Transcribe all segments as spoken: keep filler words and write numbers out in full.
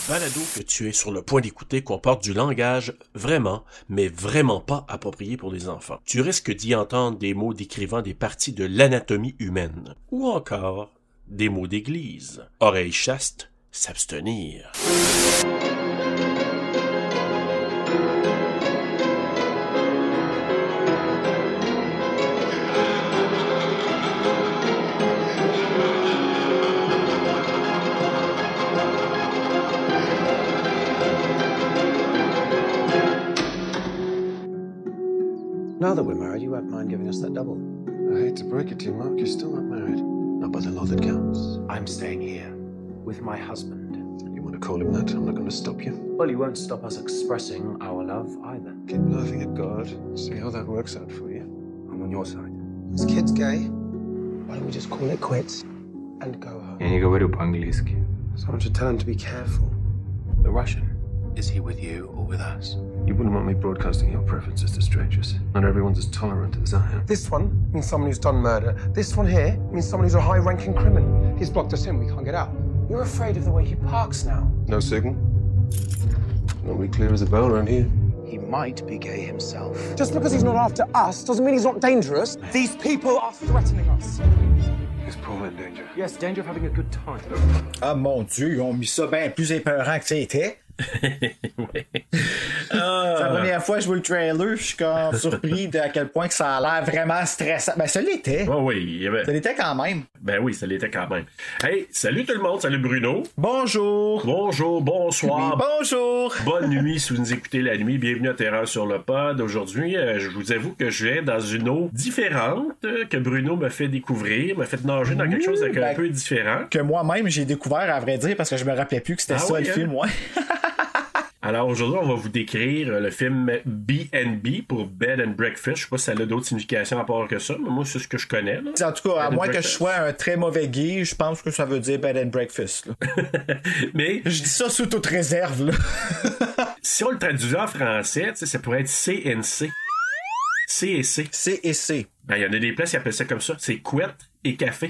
balado que tu es sur le point d'écouter comporte du langage vraiment, mais vraiment pas approprié pour les enfants. Tu risques d'y entendre des mots décrivant des parties de l'anatomie humaine, ou encore des mots d'église. Oreilles chastes, s'abstenir. Now that we're married, you won't mind giving us that double. I hate to break it to you, Mark, you're still not married. Not by the law that counts. I'm staying here with my husband. You want to call him that? I'm not going to stop you. Well, you won't stop us expressing our love either. Keep laughing at God. See how that works out for you. I'm on your side. This kid's gay. Why don't we just call it quits and go home? Я не говорю по-английски. Someone should tell him to be careful. The Russian, is he with you or with us? You wouldn't want me broadcasting your preferences to strangers. Not everyone's as tolerant as I am. This one means someone who's done murder. This one here means someone who's a high-ranking criminal. He's blocked us in, we can't get out. You're afraid of the way he parks now. No signal? Nobody clear as a bell around here. He might be gay himself. Just because he's not after us doesn't mean he's not dangerous. These people are threatening us. Is Paul in danger? Yes, danger of having a good time. Ah mon Dieu, ils ont mis ça bien plus épeurant que ça était. ouais. C'est la première fois que je vois le trailer, je suis comme surpris de à quel point que ça a l'air vraiment stressant. Ben ça l'était. Oh oui, il y avait... Ça l'était quand même. Ben oui, ça l'était quand même. Hey, salut tout le monde, salut Bruno. Bonjour. Bonjour, bonsoir. Oui, bonjour. Bonne nuit si vous nous écoutez la nuit. Bienvenue à Terreur sur le pod. Aujourd'hui, euh, je vous avoue que je vais dans une eau différente euh, que Bruno me fait découvrir, m'a fait nager dans quelque chose de ben, un peu différent. Que moi-même j'ai découvert à vrai dire parce que je me rappelais plus que c'était ah ça oui, le hein? film, ouais. Alors aujourd'hui, on va vous décrire le film B and B pour Bed and Breakfast. Je sais pas si ça a d'autres significations à part que ça, mais moi, c'est ce que je connais. Là. En tout cas, à moins que je sois un très mauvais gay, je pense que ça veut dire Bed and Breakfast. mais je dis ça sous toute réserve. Là. Si on le traduisait en français, ça pourrait être C and C. C et C. C et C. Ben, il y en a des places qui appellent ça comme ça. C'est couette et café.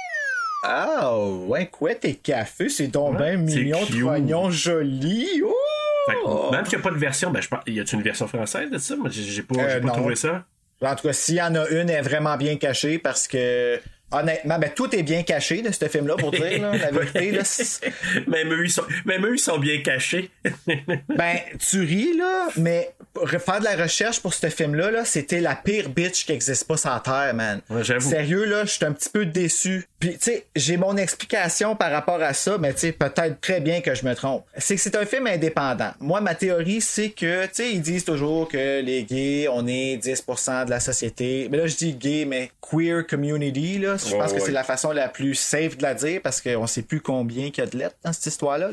Ah, ouais, couette et café, c'est donc ouais, bien mignon, troignon, joli. Oh! Fait que, même s'il n'y a pas de version, ben je pense. Y a-t-il une version française de ça? Moi, j'ai, j'ai pas, euh, j'ai pas trouvé ça. En tout cas, s'il y en a une, elle est vraiment bien cachée parce que. Honnêtement, ben, tout est bien caché de ce film-là, pour dire, là, la vérité. Là, même, eux, ils sont, même eux, ils sont bien cachés. Ben, tu ris, là, mais faire de la recherche pour ce film-là, là, c'était la pire bitch qui n'existe pas sur la Terre, man. Ouais, j'avoue. Sérieux, là, je suis un petit peu déçu. Puis, tu sais, j'ai mon explication par rapport à ça, mais tu sais, peut-être très bien que je me trompe. C'est que c'est un film indépendant. Moi, ma théorie, c'est que, tu sais, ils disent toujours que les gays, on est dix pour cent de la société. Mais là, je dis gay, mais queer community, là. Je pense ouais, que ouais. c'est la façon la plus safe de la dire parce qu'on sait plus combien il y a de lettres dans cette histoire-là.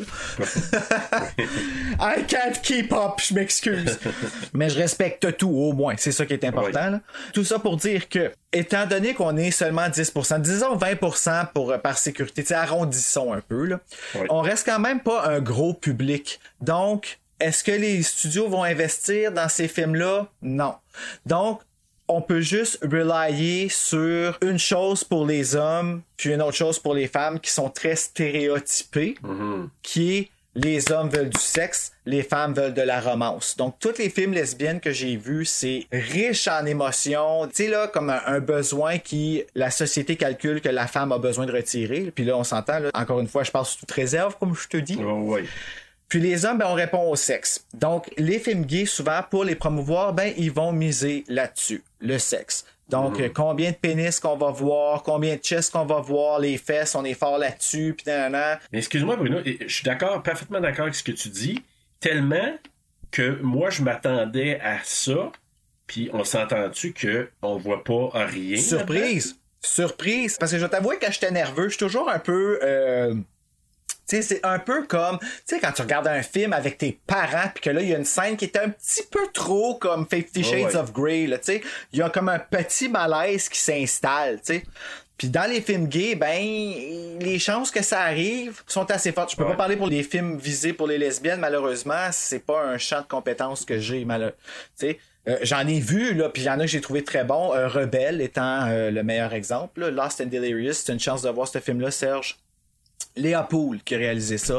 Là. I can't keep up, je m'excuse. Mais je respecte tout, au moins. C'est ça qui est important. Ouais. Là. Tout ça pour dire que, étant donné qu'on est seulement dix pour cent, disons vingt pour cent pour, par sécurité, arrondissons un peu, là, ouais. on reste quand même pas un gros public. Donc, est-ce que les studios vont investir dans ces films-là? Non. Donc, on peut juste relayer sur une chose pour les hommes, puis une autre chose pour les femmes qui sont très stéréotypées, mm-hmm. qui est les hommes veulent du sexe, les femmes veulent de la romance. Donc, tous les films lesbiennes que j'ai vus, c'est riche en émotions. Tu sais, là, comme un, un besoin qui, la société calcule que la femme a besoin de retirer. Puis là, on s'entend, là, encore une fois, je parle sous toute réserve, comme je te dis. Oh, oui. Puis les hommes, ben, on répond au sexe. Donc, les films gays, souvent, pour les promouvoir, ben, ils vont miser là-dessus, le sexe. Donc, mmh. euh, combien de pénis qu'on va voir, combien de chest qu'on va voir, les fesses, on est fort là-dessus, pis nanana. Mais excuse-moi, Bruno, je suis d'accord, parfaitement d'accord avec ce que tu dis, tellement que moi, je m'attendais à ça, puis on s'entend-tu qu'on voit pas rien? Surprise! Là-dedans? Surprise! Parce que je vais t'avouer que j'étais nerveux, je suis toujours un peu... Euh... Tu sais, c'est un peu comme, tu sais, quand tu regardes un film avec tes parents, puis que là, il y a une scène qui est un petit peu trop comme Fifty Shades oh ouais. of Grey, là, tu sais. Il y a comme un petit malaise qui s'installe, tu sais. Puis dans les films gays, ben, les chances que ça arrive sont assez fortes. Je peux ouais. pas parler pour les films visés pour les lesbiennes, malheureusement. C'est pas un champ de compétences que j'ai, malheureusement. Tu sais. Euh, j'en ai vu, là, puis il y en a que j'ai trouvé très bon. Euh, Rebelle étant euh, le meilleur exemple. Là. Lost and Delirious, c'est une chance de voir ce film-là, Serge. Léa Poole qui a réalisé ça.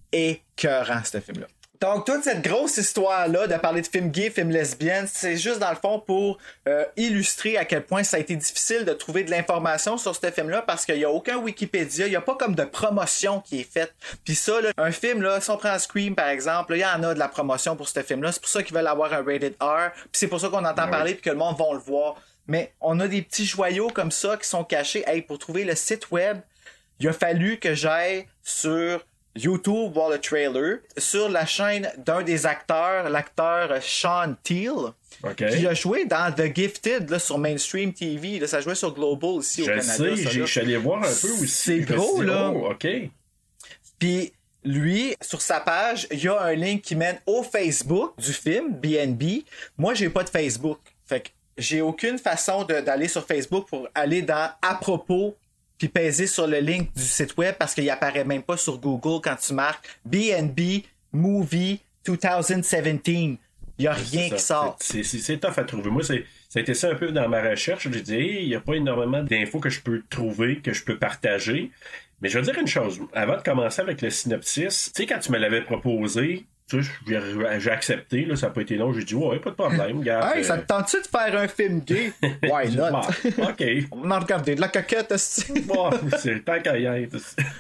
écœurant, ce film-là. Donc, toute cette grosse histoire-là de parler de films gays, films lesbiennes, c'est juste dans le fond pour euh, illustrer à quel point ça a été difficile de trouver de l'information sur ce film-là parce qu'il n'y a aucun Wikipédia, il n'y a pas comme de promotion qui est faite. Puis ça, là, un film, là, si on prend Scream par exemple, il y en a de la promotion pour ce film-là, c'est pour ça qu'ils veulent avoir un rated R, puis c'est pour ça qu'on entend ouais. parler puis que le monde va le voir. Mais on a des petits joyaux comme ça qui sont cachés. Hey, pour trouver le site web, il a fallu que j'aille sur YouTube voir le trailer, sur la chaîne d'un des acteurs, l'acteur Sean Teal, okay. qui a joué dans The Gifted là, sur Mainstream T V. Là, ça jouait sur Global ici au je Canada. Sais, ça, je suis allé voir un peu aussi. C'est gros, dit, là. Oh, OK. Puis lui, sur sa page, il y a un link qui mène au Facebook du film, B and B. Moi, j'ai pas de Facebook. Fait que j'ai aucune façon de, d'aller sur Facebook pour aller dans « À propos » puis peser sur le link du site web parce qu'il apparaît même pas sur Google quand tu marques B and B Movie vingt dix-sept. Il y a rien c'est qui sort. C'est, c'est, c'est tough à trouver. Moi, c'est, ça a été ça un peu dans ma recherche. J'ai dit, hey, il n'y a pas énormément d'infos que je peux trouver, que je peux partager. Mais je vais dire une chose. Avant de commencer avec le synopsis, tu sais, quand tu me l'avais proposé, tu sais, j'ai, j'ai accepté, là, ça n'a pas été long. J'ai dit, ouais, pas de problème. Garde, hey, ça te tente-tu de faire un film gay? Why not? Bon, OK. On a regardé de la coquette, aussi. Bon, c'est tant qu'à y être.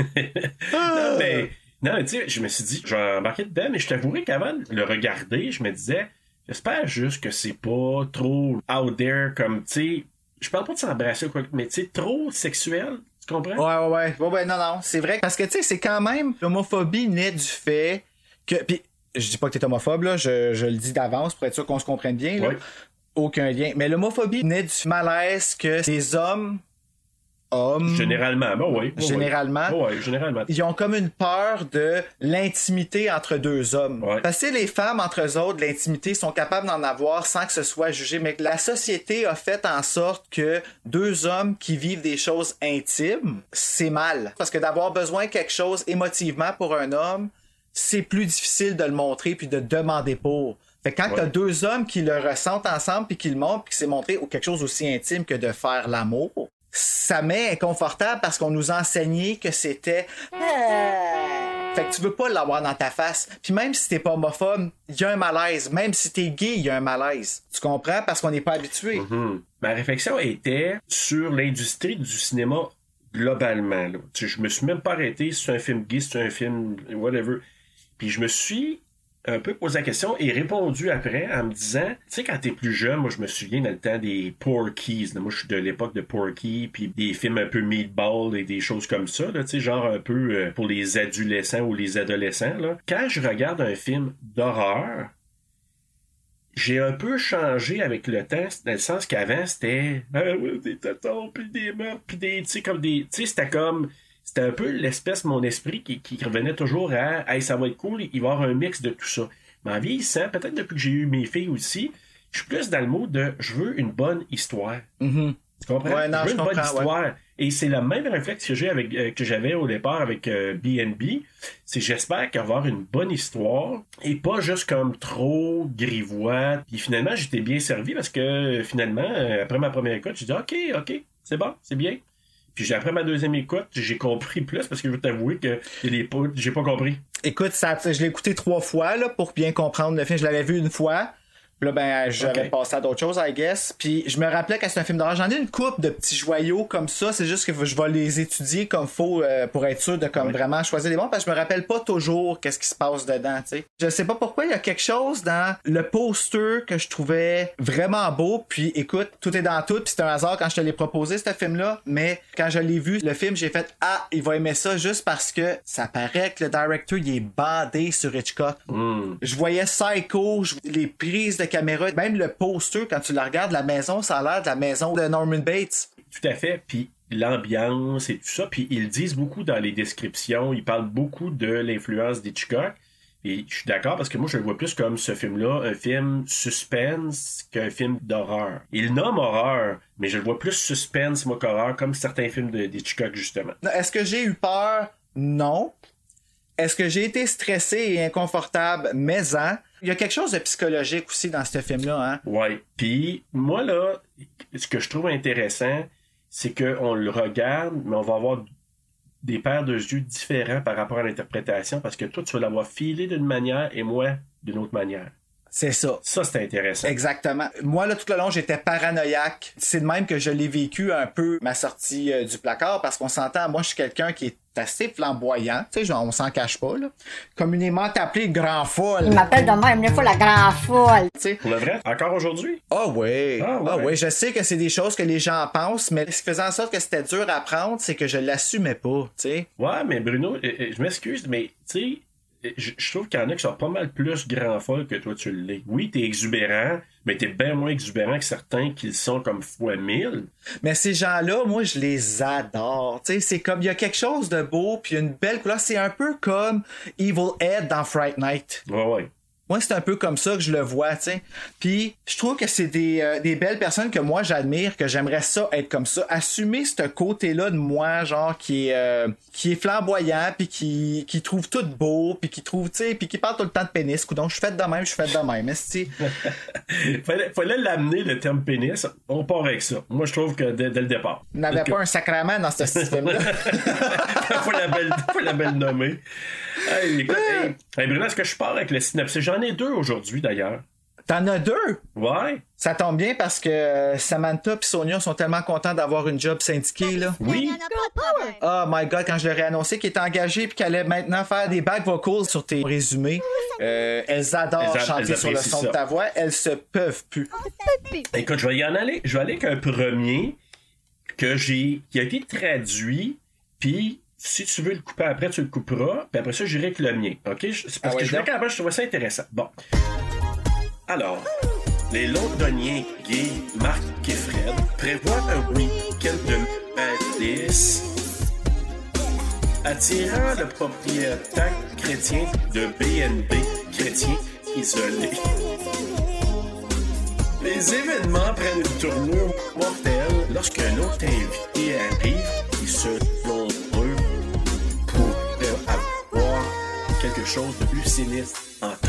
Non, mais, non, tu sais, je me suis dit, je vais embarquer dedans, mais je t'avouerai qu'avant de le regarder, je me disais, j'espère juste que c'est pas trop out there comme, tu sais, je parle pas de s'embrasser ou quoi, mais tu sais, trop sexuel. Tu comprends? Ouais, ouais, ouais. Ouais, ouais, non, non, c'est vrai. Parce que, tu sais, c'est quand même, l'homophobie naît du fait que. Puis, je dis pas que t'es homophobe, là, je, je le dis d'avance pour être sûr qu'on se comprenne bien. Là. Ouais. Aucun lien. Mais l'homophobie naît du malaise que les hommes. Hommes. Généralement, ben oui. Généralement. Oui, ouais, généralement. Ils ont comme une peur de l'intimité entre deux hommes. Ouais. Parce que les femmes, entre eux autres, l'intimité, sont capables d'en avoir sans que ce soit jugé. Mais la société a fait en sorte que deux hommes qui vivent des choses intimes, c'est mal. Parce que d'avoir besoin de quelque chose émotivement pour un homme, c'est plus difficile de le montrer puis de demander pour. Fait que quand ouais. t'as deux hommes qui le ressentent ensemble puis qui le montrent puis que c'est montré ou quelque chose aussi intime que de faire l'amour, ça met inconfortable parce qu'on nous a enseigné que c'était... Fait que tu veux pas l'avoir dans ta face. Puis même si t'es pas homophobe, il y a un malaise. Même si t'es gay, il y a un malaise. Tu comprends? Parce qu'on n'est pas habitué. Mm-hmm. Ma réflexion était sur l'industrie du cinéma globalement. Là. Tu sais, je me suis même pas arrêté si c'est un film gay, si c'est un film whatever. Puis je me suis un peu posé la question et répondu après en me disant, tu sais, quand t'es plus jeune, moi je me souviens dans le temps des Porky's, là, moi je suis de l'époque de Porky, puis des films un peu meatball et des choses comme ça, là, tu sais, genre un peu euh, pour les adolescents ou les adolescents, là. Quand je regarde un film d'horreur, j'ai un peu changé avec le temps, dans le sens qu'avant c'était ah, ouais, des tatons, puis des meurtres, puis des, tu sais, comme des, tu sais, c'était comme... C'était un peu l'espèce, mon esprit, qui, qui revenait toujours à « Hey, ça va être cool, il va y avoir un mix de tout ça. » Mais en vieillissant, peut-être depuis que j'ai eu mes filles aussi, je suis plus dans le mot de « Je veux une bonne histoire. Mm-hmm. » Tu comprends? Ouais, non, je veux je une comprends, bonne histoire. Ouais. Et c'est le même réflexe que j'ai avec euh, que j'avais au départ avec euh, B and B. C'est j'espère qu'il va y avoir une bonne histoire et pas juste comme trop grivois. Puis finalement, j'étais bien servi parce que finalement, euh, après ma première écoute, j'ai dit « OK, OK, c'est bon, c'est bien. » Puis après ma deuxième écoute, j'ai compris plus parce que je veux t'avouer que j'ai pas, j'ai pas compris. Écoute, ça, je l'ai écouté trois fois là, pour bien comprendre le film. Je l'avais vu une fois. Puis là, ben, j'avais okay. passé à d'autres choses, I guess. Puis je me rappelais que c'est un film d'horreur. J'en ai une couple de petits joyaux comme ça. C'est juste que je vais les étudier comme faut euh, pour être sûr de comme ouais. vraiment choisir les bons. Parce que je me rappelle pas toujours qu'est-ce qui se passe dedans, tu sais. Je sais pas pourquoi, il y a quelque chose dans le poster que je trouvais vraiment beau. Puis écoute, tout est dans tout. Puis c'est un hasard quand je te l'ai proposé, ce film-là. Mais quand je l'ai vu, le film, j'ai fait « Ah, il va aimer ça juste parce que ça paraît que le directeur, il est bandé sur Hitchcock. Mm. » Je voyais Psycho, je... les prises de caméra, même le poster, quand tu le regardes, la maison, ça a l'air de la maison de Norman Bates. Tout à fait, puis l'ambiance et tout ça, puis ils disent beaucoup dans les descriptions, ils parlent beaucoup de l'influence d'Hitchcock, et je suis d'accord parce que moi je le vois plus comme ce film-là, un film suspense qu'un film d'horreur. Il nomme horreur, mais je le vois plus suspense, moi, qu'horreur, comme certains films de, d'Hitchcock, justement. Est-ce que j'ai eu peur? Non. Est-ce que j'ai été stressé et inconfortable? Mais en. Il y a quelque chose de psychologique aussi dans ce film-là, hein? Ouais. Puis, moi, là, ce que je trouve intéressant, c'est qu'on le regarde, mais on va avoir des paires de yeux différents par rapport à l'interprétation parce que toi, tu vas l'avoir filé d'une manière et moi d'une autre manière. C'est ça. Ça, c'est intéressant. Exactement. Moi, là, tout le long, j'étais paranoïaque. C'est de même que je l'ai vécu un peu, ma sortie euh, du placard, parce qu'on s'entend, moi, je suis quelqu'un qui est assez flamboyant. Tu sais, genre, on s'en cache pas, là. Communément appelé grand folle. Il m'appelle de même, des fois, la grand folle. Tu sais. Pour le vrai? Encore aujourd'hui? Ah oui. Ah ouais. Ah oui, je sais que c'est des choses que les gens pensent, mais ce qui faisait en sorte que c'était dur à prendre, c'est que je l'assumais pas, tu sais. Ouais, mais Bruno, je m'excuse, mais tu sais, je, je trouve qu'il y en a qui sont pas mal plus grand folle que toi tu l'es. Oui, t'es exubérant, mais t'es bien moins exubérant que certains qui le sont comme fois mille. Mais ces gens-là, moi, je les adore. Tu sais, c'est comme, il y a quelque chose de beau, puis une belle couleur. C'est un peu comme Evil Ed dans Fright Night. Ouais, ouais. Moi, c'est un peu comme ça que je le vois, tu sais. Puis, je trouve que c'est des, euh, des belles personnes que moi, j'admire, que j'aimerais ça être comme ça. Assumer ce côté-là de moi, genre, qui est, euh, qui est flamboyant, puis qui, qui trouve tout beau, puis qui trouve, tu sais, puis qui parle tout le temps de pénis. Donc, je suis fait de même, je suis fait de même. Est-ce fallait, fallait l'amener, le terme pénis. On part avec ça. Moi, je trouve que dès, dès le départ. Il n'avait pas que... un sacrament dans ce système-là. faut, la belle, faut la belle nommer. Hey, écoute, hey, hey, Bruno, est-ce que je pars avec le synopsis? J'en ai deux aujourd'hui, d'ailleurs. T'en as deux? Ouais. Ça tombe bien parce que Samantha et Sonia sont tellement contents d'avoir une job syndiquée, là. Oui. Oh my God, quand je leur ai annoncé qu'il était engagé et qu'elle allait maintenant faire des back vocals sur tes résumés, euh, elles adorent elles a, chanter elles sur le son ça. de ta voix. Elles se peuvent plus. Écoute, je vais y en aller. Je vais aller avec un premier que j'ai, qui a été traduit, puis si tu veux le couper après, tu le couperas, puis après ça, j'irai avec le mien. OK? C'est parce ah ouais, que je voulais qu'après, je trouvais ça intéressant. Bon. Alors, les londoniens gays, Marc et Fred, prévoient un week-end de malice, attirant le propriétaire chrétien de B N B, chrétien isolé. Les événements prennent une tournure mortelle lorsqu'un autre invité arrive qui, selon eux, pourrait avoir quelque chose de plus sinistre en tête.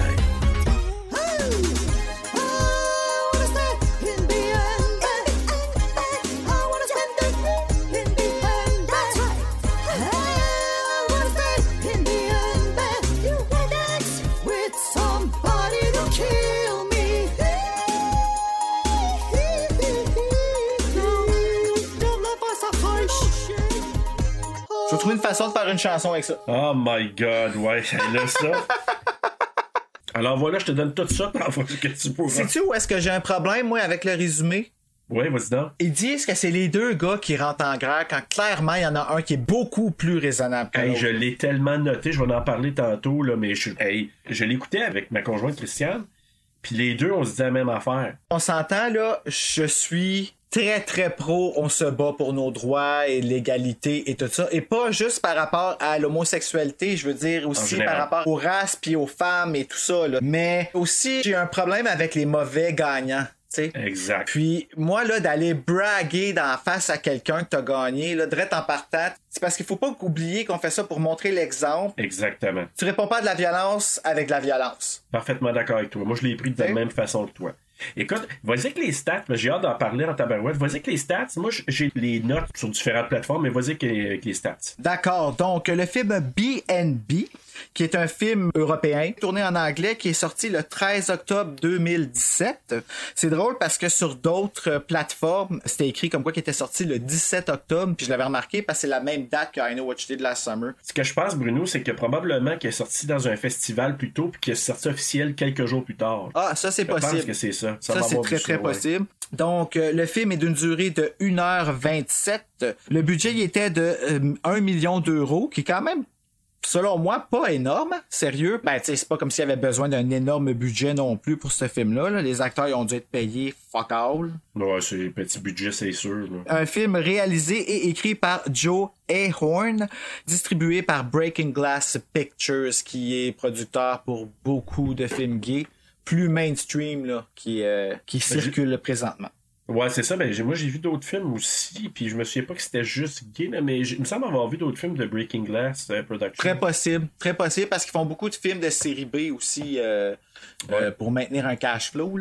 Je trouve une façon de faire une chanson avec ça. Oh my God, ouais, là, ça. Alors voilà, je te donne tout ça pour voir ce que tu pourras. Sais-tu où est-ce que j'ai un problème, moi, avec le résumé? Oui, vas-y donc. Ils disent que c'est les deux gars qui rentrent en guerre quand clairement il y en a un qui est beaucoup plus raisonnable que hey, l'autre. Je l'ai tellement noté, je vais en parler tantôt, là, mais je, hey, je l'écoutais avec ma conjointe Christiane, puis les deux, on se disait la même affaire. On s'entend, là, je suis très très pro, on se bat pour nos droits et l'égalité et tout ça, et pas juste par rapport à l'homosexualité, je veux dire aussi par rapport aux races puis aux femmes et tout ça, là. Mais aussi j'ai un problème avec les mauvais gagnants. T'sais. Exact. Puis moi, là, d'aller braguer d'en face à quelqu'un que t'as gagné, là, direct en partant, c'est parce qu'il faut pas oublier qu'on fait ça pour montrer l'exemple. Exactement. Tu réponds pas à de la violence avec de la violence. Parfaitement d'accord avec toi. Moi, je l'ai pris de la même façon que toi. Écoute, vas-y avec les stats, j'ai hâte d'en parler en tabarouette. Vas-y avec les stats. Moi, j'ai les notes sur différentes plateformes, mais vas-y avec les, avec les stats. D'accord. Donc, le film B and B, qui est un film européen, tourné en anglais, qui est sorti le treize octobre deux mille dix-sept. C'est drôle parce que sur d'autres plateformes, c'était écrit comme quoi qu'il était sorti le dix-sept octobre, puis je l'avais remarqué parce que c'est la même date que I Know What You Did Last Summer. Ce que je pense, Bruno, c'est que probablement qu'il est sorti dans un festival plus tôt, puis qu'il est sorti officiel quelques jours plus tard. Ah, ça, c'est je possible. Je pense que c'est ça. Ça, ça c'est très, très ouais. possible. Donc, euh, le film est d'une durée de une heure vingt-sept. Le budget il était de euh, un million d'euros, qui est quand même, selon moi, pas énorme. Sérieux. Ben, tu sais, c'est pas comme s'il y avait besoin d'un énorme budget non plus pour ce film-là. Là. Les acteurs, ils ont dû être payés fuck all. Ouais, c'est petit budget, c'est sûr. Là. Un film réalisé et écrit par Joe Ahern, distribué par Breaking Glass Pictures, qui est producteur pour beaucoup de films gays. Plus mainstream là, qui, euh, qui circule j'ai... présentement. Ouais, c'est ça. Ben, j'ai, moi, j'ai vu d'autres films aussi, puis je me souviens pas que c'était juste gay, là, mais il me semble avoir vu d'autres films de Breaking Glass euh, Production. Très possible. Très possible, parce qu'ils font beaucoup de films de série B aussi euh, ouais. euh, pour maintenir un cash flow. Là.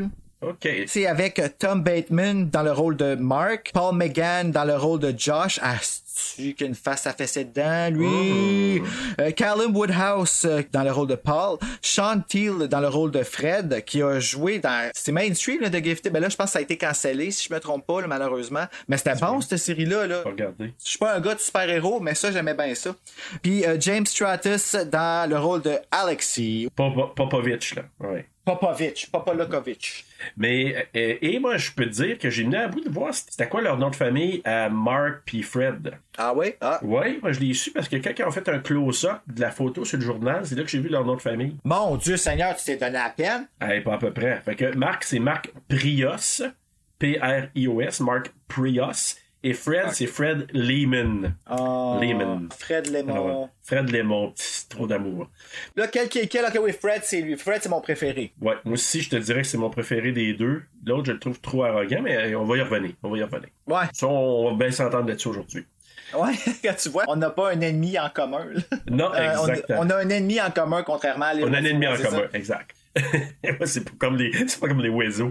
OK. C'est avec euh, Tom Bateman dans le rôle de Mark, Paul McGann dans le rôle de Josh. Ah, c'est-tu qu'il a une face à fesser dedans, lui? Mm. Euh, Callum Woodhouse euh, dans le rôle de Paul. Sean Teal dans le rôle de Fred, qui a joué dans... C'est mainstream, là, de Gifted. Ben là, je pense que ça a été cancellé, si je me trompe pas, là, malheureusement. Mais c'était bon, cette série-là. Là. Regardez. Je suis pas un gars de super-héros, mais ça, j'aimais bien ça. Puis euh, James Stratus dans le rôle de Alexei. Pop- Popovich, là. Ouais. Popovich, Popolokovic. Mais, euh, et moi, je peux te dire que j'ai mené à bout de voir c'était quoi leur nom de famille à Mark puis Fred. Ah oui? Ah. Oui, moi je l'ai su parce que quand ils ont fait un close-up de la photo sur le journal, c'est là que j'ai vu leur nom de famille. Mon Dieu Seigneur, tu t'es donné la peine? Eh, pas à peu près. Fait que Mark, c'est Mark Prios, P R I O S, Mark Prios. Et Fred, okay. c'est Fred Lehman. Oh, Lehman. Fred Lemon. Alors, ouais. Fred Lemon, p'tit, trop d'amour. Là, quel qui est quel? Ok, oui, Fred, c'est lui. Fred, c'est mon préféré. Ouais, moi aussi, je te dirais que c'est mon préféré des deux. L'autre, je le trouve trop arrogant, mais on va y revenir. On va y revenir. Ouais. Ça, on va bien s'entendre là-dessus aujourd'hui. Ouais, quand tu vois, on n'a pas un ennemi en commun. Là. Non, exactement. Euh, on, a, on a un ennemi en commun, contrairement à les On a un ennemi en commun, ça. exact. c'est pas comme les c'est pas comme les oiseaux.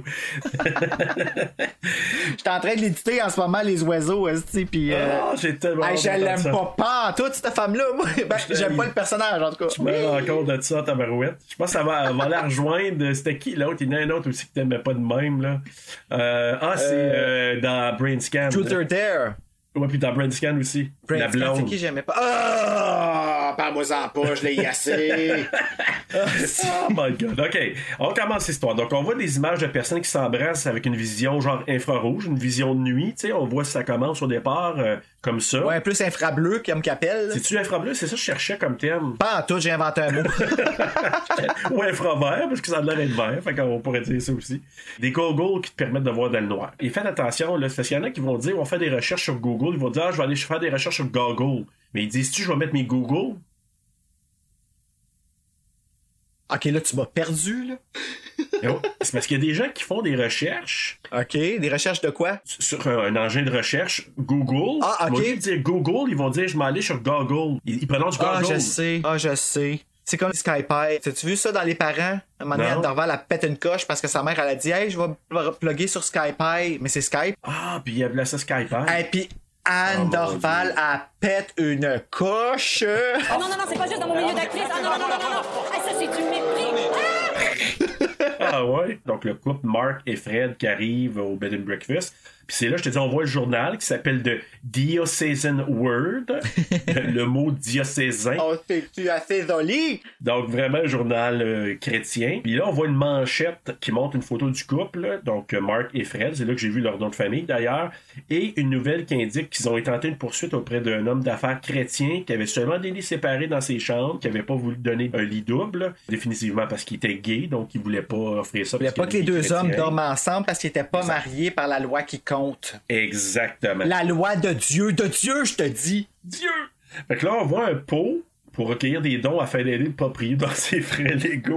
J'étais en train de l'éditer en ce moment les oiseaux aussi puis euh... oh, j'ai tellement hey, je l'aime pas pas toute cette femme là moi ben, j'aime pas le personnage en tout cas. Je me rends compte de ça tabarouette. Je pense que ça va, va la rejoindre. C'était qui l'autre? Il y en a un autre aussi que t'aimais pas de même là. Euh, ah c'est euh, euh, dans Brain Scan. Truth or Dare. Ouais, puis dans Brain Scan aussi. Brain la blonde. C'est qui j'aimais pas. Ah, oh, parle-moi-en pas, je l'ai yassé. Oh my god. OK. On commence l'histoire. Donc, on voit des images de personnes qui s'embrassent avec une vision genre infrarouge, une vision de nuit. Tu sais, on voit si ça commence au départ euh, comme ça. Ouais, plus infrableu comme qu'appelle. C'est-tu infrableu? C'est ça que je cherchais comme terme. Pas en tout, j'ai inventé un mot. Ou infravert, parce que ça a l'air d'être vert. Fait qu'on pourrait dire ça aussi. Des goggles qui te permettent de voir dans le noir. Et faites attention, là, parce qu'il y en a qui vont dire, on fait des recherches sur Google. Ils vont dire, ah, je vais aller faire des recherches sur Google. Mais ils disent, tu je vais mettre mes Google. Ok, là, tu m'as perdu, là. C'est parce qu'il y a des gens qui font des recherches. Ok, des recherches de quoi? Sur un, un engin de recherche, Google. Ah, ok. Ils vont dire Google, ils vont dire, je m'en allais sur Google. Ils, ils prononcent Google. Ah, je sais. Ah, je sais. C'est comme Skype. T'as-tu vu ça dans Les Parents? À un moment donné, Anne Dorval a pète une coche parce que sa mère, elle a dit, hey, je vais me plugger sur Skype. Mais c'est Skype. Ah, puis il appelait ça Skype. Et puis, Anne oh, Dorval a pète une coche. Ah non, non, non, c'est pas juste dans mon milieu d'actrice. Ah non, non, non, non, non, non. Hey, ça, c'est du mépris. Ah! Ah ouais. Donc, le couple Mark et Fred qui arrivent au Bed and Breakfast. Puis c'est là, je te dis, on voit le journal qui s'appelle The Diocesan Word. Le mot diocésain. Oh, c'est-tu assez joli? Donc, vraiment un journal euh, chrétien. Puis là, on voit une manchette qui montre une photo du couple. Donc, Mark et Fred. C'est là que j'ai vu leur nom de famille, d'ailleurs. Et une nouvelle qui indique qu'ils ont intenté une poursuite auprès d'un homme d'affaires chrétien qui avait seulement des lits séparés dans ses chambres, qui avait pas voulu donner un lit double. Définitivement parce qu'il était gay, donc il voulait pas offrir ça. Il voulait pas que les deux chrétien. hommes dorment ensemble parce qu'ils étaient pas Exact. mariés par la loi qui compte. Exactement. La loi de Dieu, de Dieu, je te dis. Dieu! Fait que là, on voit un pot pour recueillir des dons afin d'aider le propriétaire dans ses frais légaux.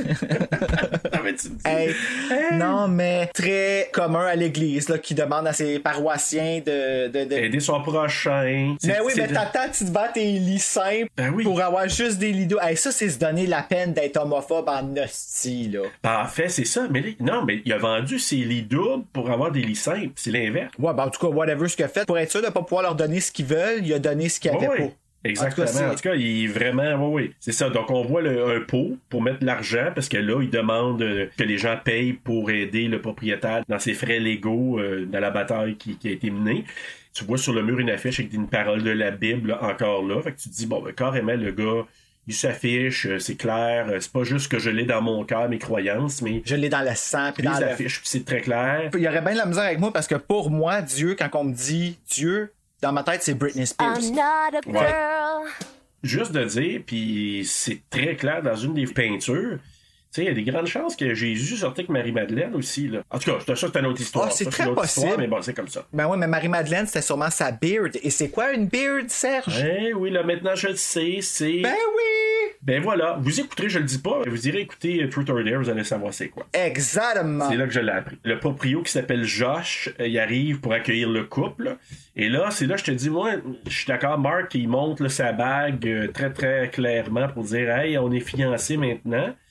hey, hey. Non, mais très commun à l'église, là, qui demande à ses paroissiens de... de, de... aider son prochain. Mais oui, mais t'attends, tu te bats tes lits simples ben oui. pour avoir juste des lits doux. Hey, ça, c'est se donner la peine d'être homophobe en hostie, là. Ben, en fait, c'est ça. Mais non, mais il a vendu ses lits doubles pour avoir des lits simples. C'est l'inverse. Ouais, ben en tout cas, whatever ce qu'il a fait. Pour être sûr de pas pouvoir leur donner ce qu'ils veulent, il a donné ce qu'il avait ouais, pas. Ouais. Exactement. En tout, cas, en tout cas, il est vraiment... Oui, oui. C'est ça. Donc, on voit le, un pot pour mettre l'argent parce que là, il demande que les gens payent pour aider le propriétaire dans ses frais légaux euh, dans la bataille qui, qui a été menée. Tu vois sur le mur une affiche avec une parole de la Bible là, encore là. Fait que tu te dis, bon, ben, carrément, le gars... il s'affiche, c'est clair, c'est pas juste que je l'ai dans mon cœur, mes croyances, mais... Je l'ai dans le sang, puis dans les affiches, le... puis c'est très clair. Il y aurait bien de la misère avec moi, parce que pour moi, Dieu, quand on me dit Dieu, dans ma tête, c'est Britney Spears. I'm not a girl. Ouais. Juste de dire, puis c'est très clair dans une des peintures, tu sais, il y a des grandes chances que Jésus sortait avec Marie-Madeleine aussi, là. En tout cas, ça, c'est une autre histoire. Oh, c'est ça, très c'est une autre possible. Histoire, mais bon, c'est comme ça. Ben oui, mais Marie-Madeleine, c'était sûrement sa beard. Et c'est quoi une beard, Serge? Eh oui, là, maintenant, je le sais, c'est... Ben oui! Ben voilà, vous écouterez, je le dis pas, vous irez écouter Truth or Dare, vous allez savoir c'est quoi. Exactement. C'est là que je l'ai appris. Le proprio qui s'appelle Josh, euh, il arrive pour accueillir le couple. Et là, c'est là je te dis, moi, je suis d'accord, Mark, il montre là, sa bague euh, très très clairement pour dire, hey, on est fiancés maintenant.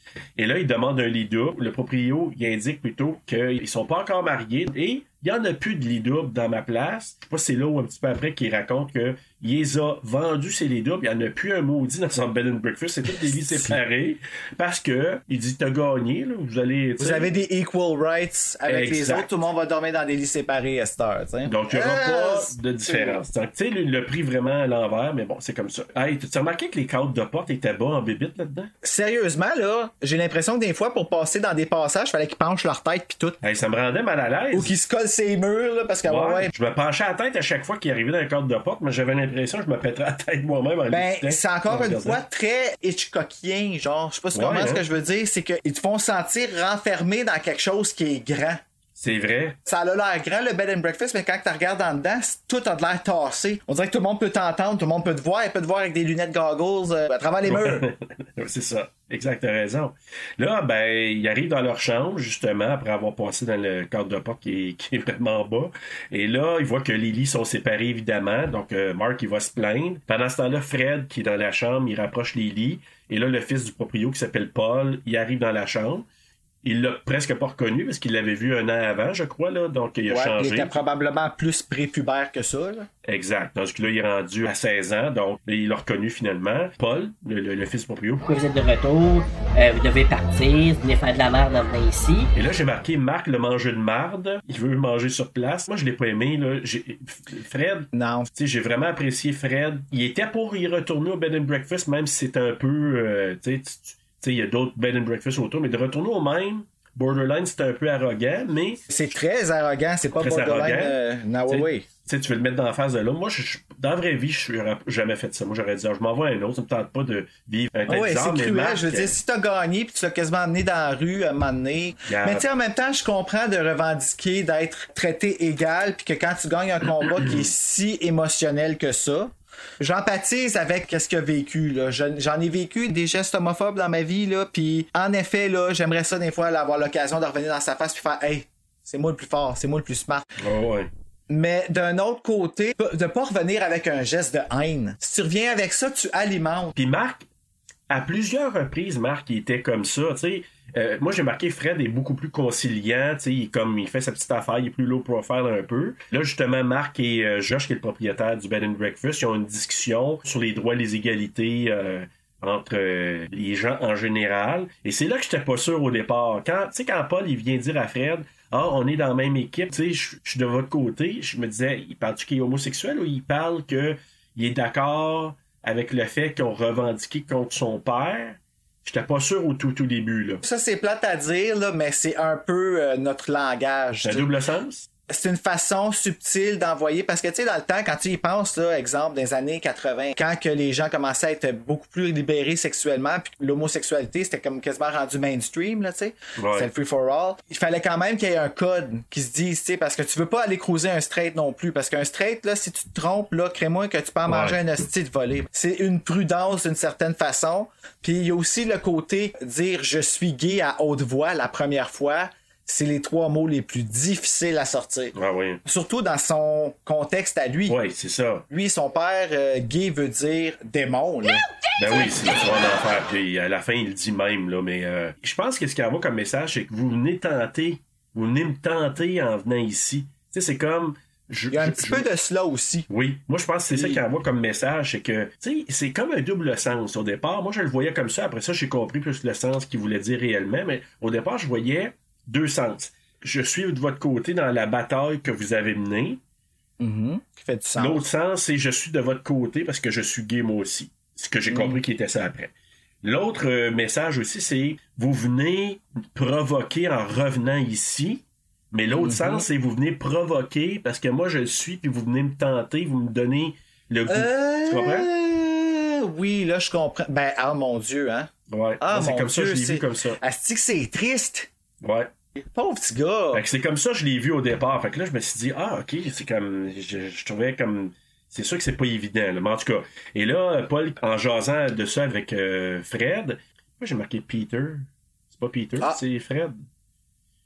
Et là, il demande un lit double. Le proprio, il indique plutôt qu'ils sont pas encore mariés et il y en a plus de lit double dans ma place. Je sais pas si c'est là ou un petit peu après qu'il raconte que il les a vendus, ces lits doubles. Il y en a plus un maudit dans son bed and breakfast. C'est tous des lits séparés. Parce que, il dit, t'as gagné, là. Vous allez, Vous avez des equal rights avec exact. les autres. Tout le monde va dormir dans des lits séparés à cette heure, t'sais. Donc, il n'y aura Ah, pas de différence. Donc, tu sais, le, le prix vraiment à l'envers, mais bon, c'est comme ça. Hey, tu as remarqué que les cadres de porte étaient bas en bébite là-dedans? Sérieusement, là, j'ai l'impression que des fois, pour passer dans des passages, il fallait qu'ils penchent leur tête pis tout. Hey, ça me rendait mal à l'aise. Ou qu'ils se collent ses murs, là, parce que, ouais, ouais. Je me penchais à la tête à chaque fois qu'il arrivait dans le cadre de porte, mais j'avais l'impression que je me pèterais la tête moi-même en Ben, l'écoutant. c'est encore En une regardant. fois très Hitchcockien, genre, je sais pas si Ouais, comment hein? ce que je veux dire, c'est qu'ils te font sentir renfermé dans quelque chose qui est grand. C'est vrai. Ça a l'air grand, le bed and breakfast, mais quand tu regardes en dedans, c'est- tout a de l'air tassé. On dirait que tout le monde peut t'entendre, tout le monde peut te voir, il peut te voir avec des lunettes goggles euh, à travers les murs. C'est ça. Exact, t'as raison. Là, ben, ils arrivent dans leur chambre, justement, après avoir passé dans le cadre de porte qui est, qui est vraiment bas. Et là, ils voient que les lits sont séparés, évidemment. Donc, euh, Mark, il va se plaindre. Pendant ce temps-là, Fred, qui est dans la chambre, il rapproche les lits. Et là, le fils du proprio, qui s'appelle Paul, il arrive dans la chambre. Il l'a presque pas reconnu parce qu'il l'avait vu un an avant, je crois, là. Donc, il a Ouais, changé. il était probablement plus prépubère que ça, là. Exact. Parce que là, il est rendu à seize ans. Donc, il l'a reconnu finalement. Paul, le, le, le fils du proprio. Vous êtes de retour, euh, vous devez partir, vous venez faire de la merde en venant ici. Et là, j'ai marqué Marc le mangeur de marde. Il veut manger sur place. Moi, je l'ai pas aimé, là. J'ai... Fred. Non. Tu sais, j'ai vraiment apprécié Fred. Il était pour y retourner au bed and breakfast, même si c'était un peu, euh, tu sais, tu sais, il y a d'autres bed and breakfast autour, mais de retourner au même, borderline, c'était un peu arrogant, mais... C'est très arrogant, c'est pas Très borderline. arrogant. Euh, non, Tu ouais, sais, ouais. tu sais, tu veux le mettre dans la face de l'homme. Moi, je, je- dans la vraie vie, je n'aurais jamais fait ça. Moi, j'aurais dit, ah, je m'en vais à un autre, ça me tente pas de vivre un Ah tel ouais, bizarre, c'est mais cruel. Marc, Je veux dire, si t'as gagné puis tu l'as quasiment amené dans la rue à un moment donné. Yeah. Mais tu sais, en même temps, je comprends de revendiquer d'être traité égal puis que quand tu gagnes un combat qui est si émotionnel que ça, j'empathise avec ce qu'il a vécu, là. Je- J'en ai vécu des gestes homophobes dans ma vie, là. Puis en effet, là, j'aimerais ça des fois là, avoir l'occasion de revenir dans sa face puis faire, hey, c'est moi le plus fort, c'est moi le plus smart. Oh, ouais. Mais d'un autre côté, de pas revenir avec un geste de haine. Si tu reviens avec ça, tu alimentes. Puis Marc, à plusieurs reprises, Marc, il était comme ça, tu sais. Euh, moi, j'ai marqué Fred est beaucoup plus conciliant, tu sais, il, comme il fait sa petite affaire, il est plus low profile un peu. Là, justement, Marc et euh, Josh, qui est le propriétaire du Bed and Breakfast, ils ont une discussion sur les droits et les égalités euh, entre euh, les gens en général. Et c'est là que j'étais pas sûr au départ. Quand, tu sais, quand Paul, il vient dire à Fred, ah, on est dans la même équipe, tu sais, je je suis de votre côté, je me disais, il parle-tu qu'il est homosexuel ou il parle que il est d'accord avec le fait qu'on revendiquait contre son père? J'étais pas sûr au tout, tout début, là. Ça, c'est plate à dire, là, mais c'est un peu euh, notre langage. C'est un double sens? C'est une façon subtile d'envoyer, parce que tu sais, dans le temps, quand tu y penses, là, exemple, dans les années quatre-vingts, quand que les gens commençaient à être beaucoup plus libérés sexuellement, puis que l'homosexualité, c'était comme quasiment rendu mainstream, là, tu sais. Ouais. C'était le free for all. Il fallait quand même qu'il y ait un code qui se dise, tu sais, parce que tu veux pas aller cruiser un straight non plus, parce qu'un straight, là, si tu te trompes, là, crée-moi que tu peux en manger Ouais. un hostie de volée. C'est une prudence d'une certaine façon. Puis il y a aussi le côté dire je suis gay à haute voix la première fois. C'est les trois mots les plus difficiles à sortir. Ah oui. Surtout dans son contexte à lui. Oui, c'est ça. Lui, son père, euh, gay veut dire démon, là. Ben oui, c'est tu vas en enfer. Puis à la fin, il le dit même, là. Mais euh, je pense que ce qu'il y a comme message, c'est que vous venez tenter. Vous venez me tenter en venant ici. Tu sais, c'est comme. Je, Il y a un je- petit je- peu de cela aussi. Oui, moi je pense que c'est ça Oui. qu'il envoie comme message, c'est que, tu sais, c'est comme un double sens au départ. Moi je le voyais comme ça, après ça j'ai compris plus le sens qu'il voulait dire réellement, mais au départ je voyais deux sens. Je suis de votre côté dans la bataille que vous avez menée. Mm-hmm. Qui fait du sens. L'autre sens, c'est je suis de votre côté parce que je suis gay moi aussi. Ce que j'ai compris qui était ça après. L'autre euh, message aussi, c'est vous venez provoquer en revenant ici. Mais l'autre Mm-hmm. sens, c'est vous venez provoquer parce que moi je le suis, puis vous venez me tenter, vous me donnez le goût. Tu comprends? Euh... Oui, là, je comprends. Ben, ah mon Dieu, hein. Ouais. Ah, Moi, c'est mon comme ça, Dieu, je l'ai c'est- vu comme ça. Asti que c'est triste. Ouais. Pauvre petit gars. Fait que c'est comme ça, je l'ai vu au départ. Fait que là, je me suis dit, ah, ok, c'est comme. Je, je trouvais comme. C'est sûr que c'est pas évident, là. Mais en tout cas. Et là, Paul, en jasant de ça avec euh, Fred, moi j'ai marqué Peter. C'est pas Peter, Ah. c'est Fred.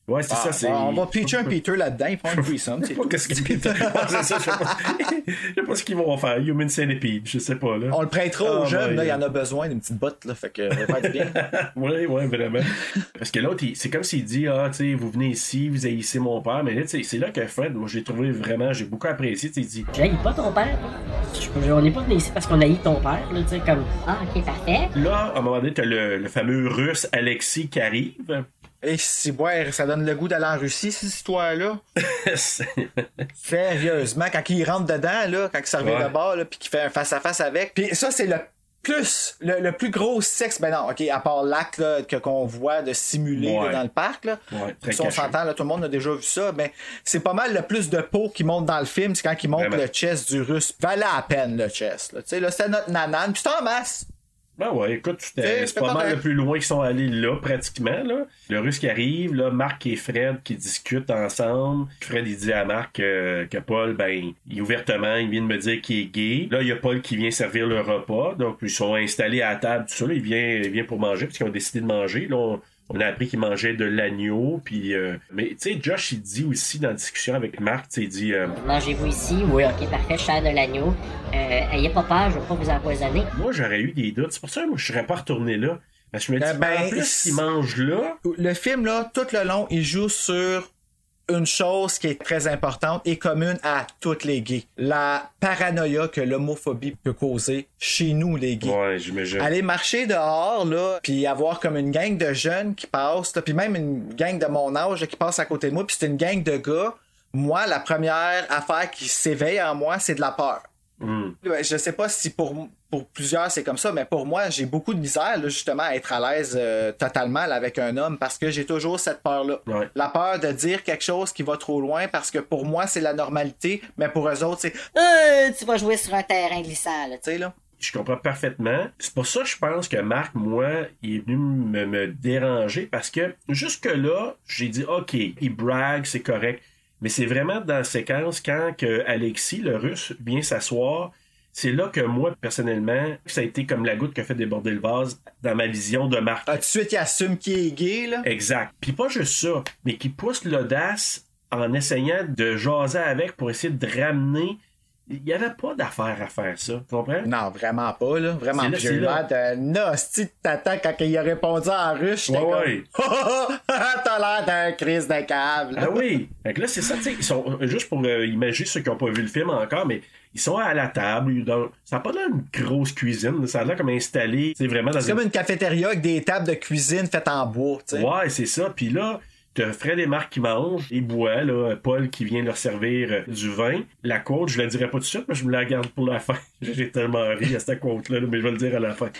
Ouais, c'est Ah, ça. C'est... bon, on va pitcher un Peter là-dedans, ils font un threesome. C'est tout. Qu'est-ce que Peter? Ouais, c'est ça, je sais pas. Je sais pas ce qu'ils vont faire. Human Centipede, je sais pas, là. On le prêtera Oh aux jeunes, my là, il y en God. a besoin d'une petite botte, là, fait que ça va faire du bien. Oui, oui, vraiment. Parce que l'autre, il- c'est comme s'il dit, ah, tu sais, vous venez ici, vous haïssez mon père, mais là, tu sais, c'est là que Fred, moi, j'ai trouvé vraiment, j'ai beaucoup apprécié, tu sais, il dit, J'haïs pas ton père. Je- On n'est pas venu ici parce qu'on haït ton père, là, tu sais, comme. Ah, ok, parfait. là, à un moment donné, t'as le, le fameux russe Alexis qui arrive. Et si, ouais, ça donne le goût d'aller en Russie, cette histoire-là. C'est- Sérieusement, quand il rentre dedans, là, quand il s'en revient Ouais. de bord, là, puis qu'il fait un face-à-face avec. Puis ça, c'est le plus, le, le plus gros sexe. Ben non, ok, à part l'acte là, que, qu'on voit de simuler Ouais. là, dans le parc, là. Ouais, très Si on caché. s'entend, là, tout le monde a déjà vu ça, mais c'est pas mal le plus de peau qui monte dans le film, c'est quand il monte Vraiment. le chest du russe. Valait la peine, le chest. Là, tu sais, là, c'était notre nanane, puis c'est en masse. Ben ouais, écoute, c'était- C'est- c'est c'est pas correct. mal le plus loin qu'ils sont allés là, pratiquement. Là. Le russe qui arrive, là, Marc et Fred qui discutent ensemble. Fred, il dit à Marc euh, que Paul, ben, il, ouvertement, il vient de me dire qu'il est gay. Là, il y a Paul qui vient servir le repas. Donc, ils sont installés à la table, tout ça. Là, il vient, il vient pour manger, parce qu'ils ont décidé de manger. Là, on, on a appris qu'il mangeait de l'agneau. Puis, euh, mais, tu sais, Josh, il dit aussi dans la discussion avec Marc, tu sais, il dit... euh, Mangez-vous ici? Oui, ok, parfait, je sers de l'agneau. Euh, ayez pas peur, je vais pas vous empoisonner. moi, j'aurais eu des doutes. C'est pour ça que moi, je serais pas retourné là. Parce que je me dis, Eh ben, en plus, c'est- qu'il mange là... Le film, là, tout le long, il joue sur une chose qui est très importante et commune à toutes les gays. La paranoïa que l'homophobie peut causer chez nous, les gays. Ouais, j'imagine. Aller marcher dehors, là, puis avoir comme une gang de jeunes qui passent, là, puis même une gang de mon âge là, qui passe à côté de moi, puis c'est une gang de gars. Moi, la première affaire qui s'éveille en moi, c'est de la peur. Mm. Ouais, je sais pas si pour, pour plusieurs c'est comme ça, mais pour moi, j'ai beaucoup de misère là, justement à être à l'aise euh, totalement là, avec un homme parce que j'ai toujours cette peur-là. Ouais. La peur de dire quelque chose qui va trop loin parce que pour moi, c'est la normalité, mais pour eux autres, c'est... Tu Euh, tu vas jouer sur un terrain glissant, là. sais, là. Je comprends parfaitement. C'est pour ça que je pense que Marc, moi, il est venu me, me déranger parce que jusque-là, j'ai dit, OK, il brague, c'est correct. Mais c'est vraiment dans la séquence quand que Alexis, le russe, vient s'asseoir. C'est là que moi, personnellement, ça a été comme la goutte qui a fait déborder le vase dans ma vision de Marc. Ah, tout de suite, il assume qu'il est gay, là. Exact. Puis pas juste ça, mais qui pousse l'audace en essayant de jaser avec pour essayer de ramener... Il n'y avait pas d'affaire à faire ça, tu comprends? Non, vraiment pas, là. Vraiment, C'est là, puis j'ai c'est eu là. l'air d'un hostie de tata quand il a répondu en russe. J'étais Ouais, comme... T'as l'air d'un Chris de câble. Ah oui! Fait que là, c'est ça, tu sais, ils sont, juste pour euh, imaginer ceux qui n'ont pas vu le film encore, mais ils sont à la table, ils- dans- ça n'a pas l'air d'une grosse cuisine, ça a l'air comme installé, c'est vraiment dans C'est comme une cafétéria avec des tables de cuisine faites en bois, tu sais. Ouais, c'est ça, puis là, t'as Fred et Marc qui mangent, ils boivent, là, Paul qui vient leur servir euh, du vin. La quote, je la dirai pas tout de suite, mais je me la garde pour la fin. J'ai tellement ri à cette quote-là, là, mais je vais le dire à la fin.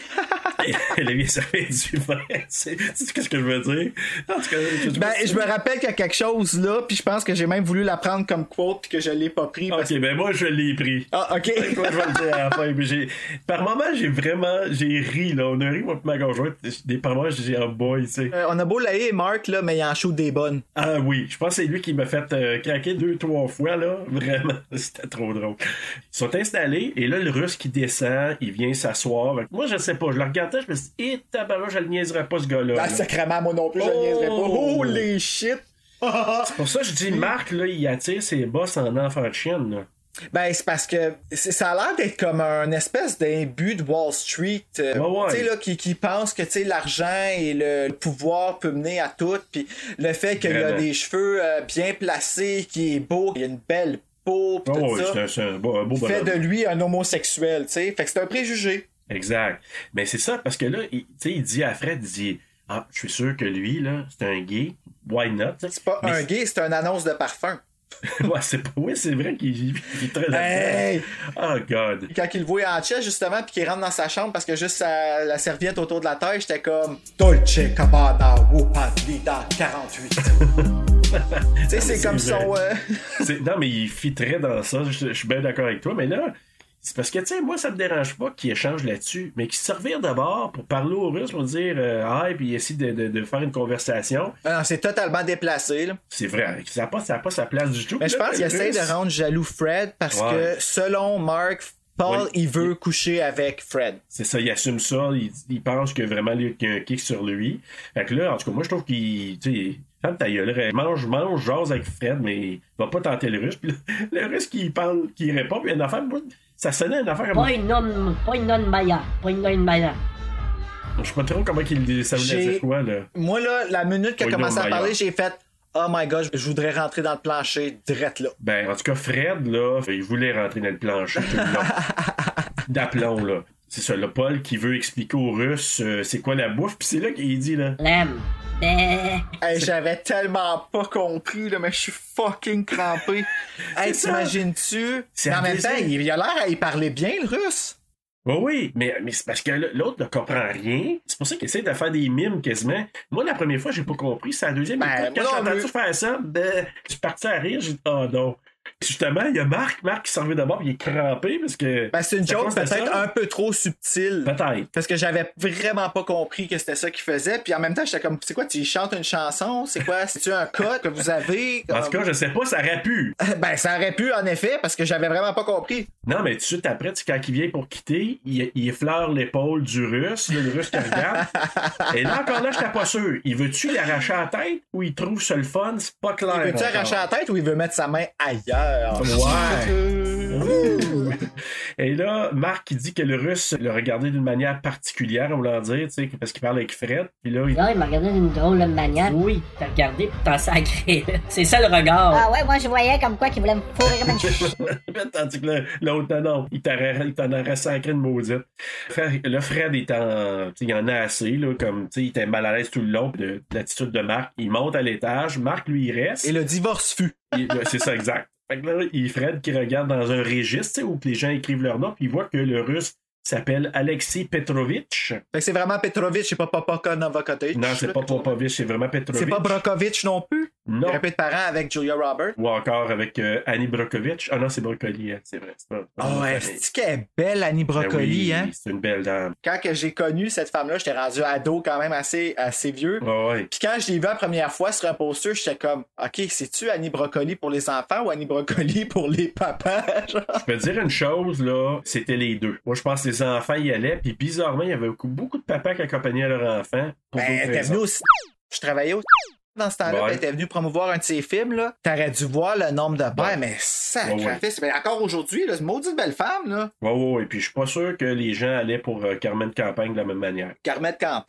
Elle vient servir du vin. C'est, tu sais ce que je veux dire? En tout cas, je, Ben, je me rappelle qu'il y a quelque chose là, puis je pense que j'ai même voulu la prendre comme quote, puis que je l'ai pas pris. Parce... Ok, ben moi, je l'ai pris. Ah, ok. Moi, je vais le dire à la fin. Mais j'ai... Par moment, j'ai vraiment... J'ai ri, là. On a ri, moi, et ma conjointe. Des par moments, j'ai dit, oh boy, tu sais. Euh, on a beau l'aimer, Mark, là, mais il en shoot des bonnes. Ah oui, je pense que c'est lui qui m'a fait euh, craquer deux, trois fois, là. Vraiment, c'était trop drôle. Ils sont installés, et là, le russe qui descend, il vient s'asseoir. Moi, je sais pas, je le regardais, je me suis dit, eh, tabarnak, je le niaiserais pas, ce gars-là. Ben, là. sacrément, moi non plus, je le Oh! niaiserais pas. Holy shit! C'est pour ça que je dis, Marc, là, il attire ses boss en enfant de chienne, là. Ben, c'est parce que c'est- ça a l'air d'être comme un espèce d'imbut de Wall Street. euh, Ouais, ouais. Tu sais, là, qui, qui pense que, tu sais, l'argent et le, le pouvoir peut mener à tout. Puis le fait qu'il a Vraiment. des cheveux euh, bien placés, qu'il est beau, qu'il a une belle peau, pis Oh, tout ouais, ça. c'est un, c'est un beau, un beau Fait bonhomme. de lui un homosexuel, tu sais. Fait que c'est un préjugé. Exact. Mais c'est ça, parce que là, il, tu sais, il dit à Fred, il dit, ah, je suis sûr que lui, là, c'est un gay. Why not? C'est pas Mais un c'est- gay, c'est une annonce de parfum. ouais, c'est pas... Oui, c'est vrai qu'il il est très Hey! Oh, God. Quand il le voit en chest, justement, puis qu'il rentre dans sa chambre parce que juste sa- la serviette autour de la taille, j'étais comme Dolce Cabana Wupandida quarante-huit. Tu sais, c'est c'est comme vrai. son. euh, C'est- Non, mais il fitterait dans ça. Je, je suis bien d'accord avec toi. Mais là, c'est parce que, tu sais, moi, ça me dérange pas qu'il échange là-dessus. Mais qu'il se servir d'abord pour parler aux Russes, pour dire euh, ah, et puis essayer de, de, de faire une conversation. Ah non, c'est totalement déplacé, là. C'est vrai. Ça n'a pas, ça a pas sa place du tout. Mais je Là, pense qu'il le essaie Russe- de rendre jaloux Fred parce Ouais. que, selon Mark, Paul, Oui. il veut coucher avec Fred. C'est ça, il assume ça. Il, il pense que vraiment il y a un kick sur lui. Fait que là, en tout cas, moi, je trouve qu'il. Tu sais, Ferme ta gueule, mange, mange, jase avec Fred, mais va pas tenter le russe. Puis le, le russe qui parle, qui répond, puis une affaire, ça sonnait une affaire comme... Pas une non, pas une non Maya, pas une non Maya. Je sais pas trop comment il, ça voulait dire quoi, là. Moi, là, la minute qu'il a Pas commencé à une parler, Maya. j'ai fait « Oh my God, je voudrais rentrer dans le plancher, direct là. » Ben, en tout cas, Fred, là, il voulait rentrer dans le plancher tout le long. D'aplomb, là. C'est ça, le Paul qui veut expliquer aux Russes euh, c'est quoi la bouffe, pis c'est là qu'il dit, là. L'aime. Ben... Hey, j'avais tellement pas compris, là, mais je suis fucking crampé. Hey, t'imagines-tu? Mais en même temps, il, il a l'air à y parler bien, le russe. Oui, oui, mais, mais c'est parce que l'autre ne comprend rien. C'est pour ça qu'il essaie de faire des mimes quasiment. Moi, la première fois, j'ai pas compris. C'est la deuxième Ben, écoute. Quand moi j'ai non entendu plus. faire ça, ben, je suis parti à rire. J'ai dit, oh non. Justement, il y a Marc, Marc qui s'en revient d'abord, il est crampé parce que. Ben, c'est une ça joke commence à peut-être ça. un peu trop subtile. Peut-être. Parce que j'avais vraiment pas compris que c'était ça qu'il faisait. Puis en même temps, j'étais comme, c'est quoi, tu chantes une chanson? C'est quoi? C'est-tu un code que vous avez? En tout cas, je sais pas, ça aurait pu. Ben, ça aurait pu, en effet, parce que j'avais vraiment pas compris. Non, mais tout de suite après, tu sais, quand il vient pour quitter, il, il effleure l'épaule du russe, là, le russe qui regarde. Et là, encore là, j'étais pas sûr. Il veut-tu l'arracher la tête ou il trouve ça le fun? C'est pas clair. Il veut-tu encore. arracher la tête ou il veut mettre sa main ailleurs? Ouais. Et là, Marc il dit que le russe le regardait d'une manière particulière, on voulant dire, tu sais, parce qu'il parle avec Fred. Puis là, il... Là, il m'a regardé d'une drôle de manière. Oui, t'as regardé pis t'as sacré. C'est ça le regard. Ah ouais, moi je voyais comme quoi qu'il voulait me fourrer comme une ch... Tandis que le- l'autre, non, non, il t'en il t'en aurait sacré une maudite. Frère, là, Fred est en, tu sais, il en a assez, là, comme, tu sais, il était mal à l'aise tout le long de, de l'attitude de Marc. Il monte à l'étage, Marc, lui, il reste. Et le divorce fut. Il- c'est ça, exact. Fait que là, il Fred qui regarde dans un registre, tu sais, où les gens écrivent leur nom, puis il voit que le russe s'appelle Alexis Petrovitch. Fait que c'est vraiment Petrovitch, c'est pas Papa Novakovic. Non, c'est pas Popovich, c'est vraiment Petrovitch. C'est pas Brokovich non plus. Non. Il aurait pu être parent avec Julia Roberts. Ou encore avec euh, Annie Brokovich. Ah non, c'est Brocoli, hein, c'est vrai. C'est pas, pas Oh, vrai. est-ce qu'elle est belle, Annie Ben Brocoli, oui, hein? c'est une belle dame. Quand que j'ai connu cette femme-là, j'étais rendu ado quand même assez, assez vieux. Ouais, ouais. Puis quand je l'ai vu la première fois sur un poster, j'étais comme, OK, c'est-tu Annie Brocoli pour les enfants ou Annie Brocoli pour les papas? Genre? Je peux te dire une chose, là, c'était les deux. Moi, je pense que les enfants y allaient, puis bizarrement, il y avait beaucoup, beaucoup de papas qui accompagnaient leurs enfants. Pour Ben, d'autres elle était raisons. venue aussi. Je travaillais au dans ce temps-là, Ouais. puis elle était venue promouvoir un de ses films, là. T'aurais dû voir le nombre de pères, Ouais. mais sacrifice. Ouais, ouais. Mais encore aujourd'hui, là, c'est une maudite belle femme, là. Ouais, ouais, ouais. Puis je suis pas sûr que les gens allaient pour euh, Carmen Campagne de la même manière. Carmet Camp.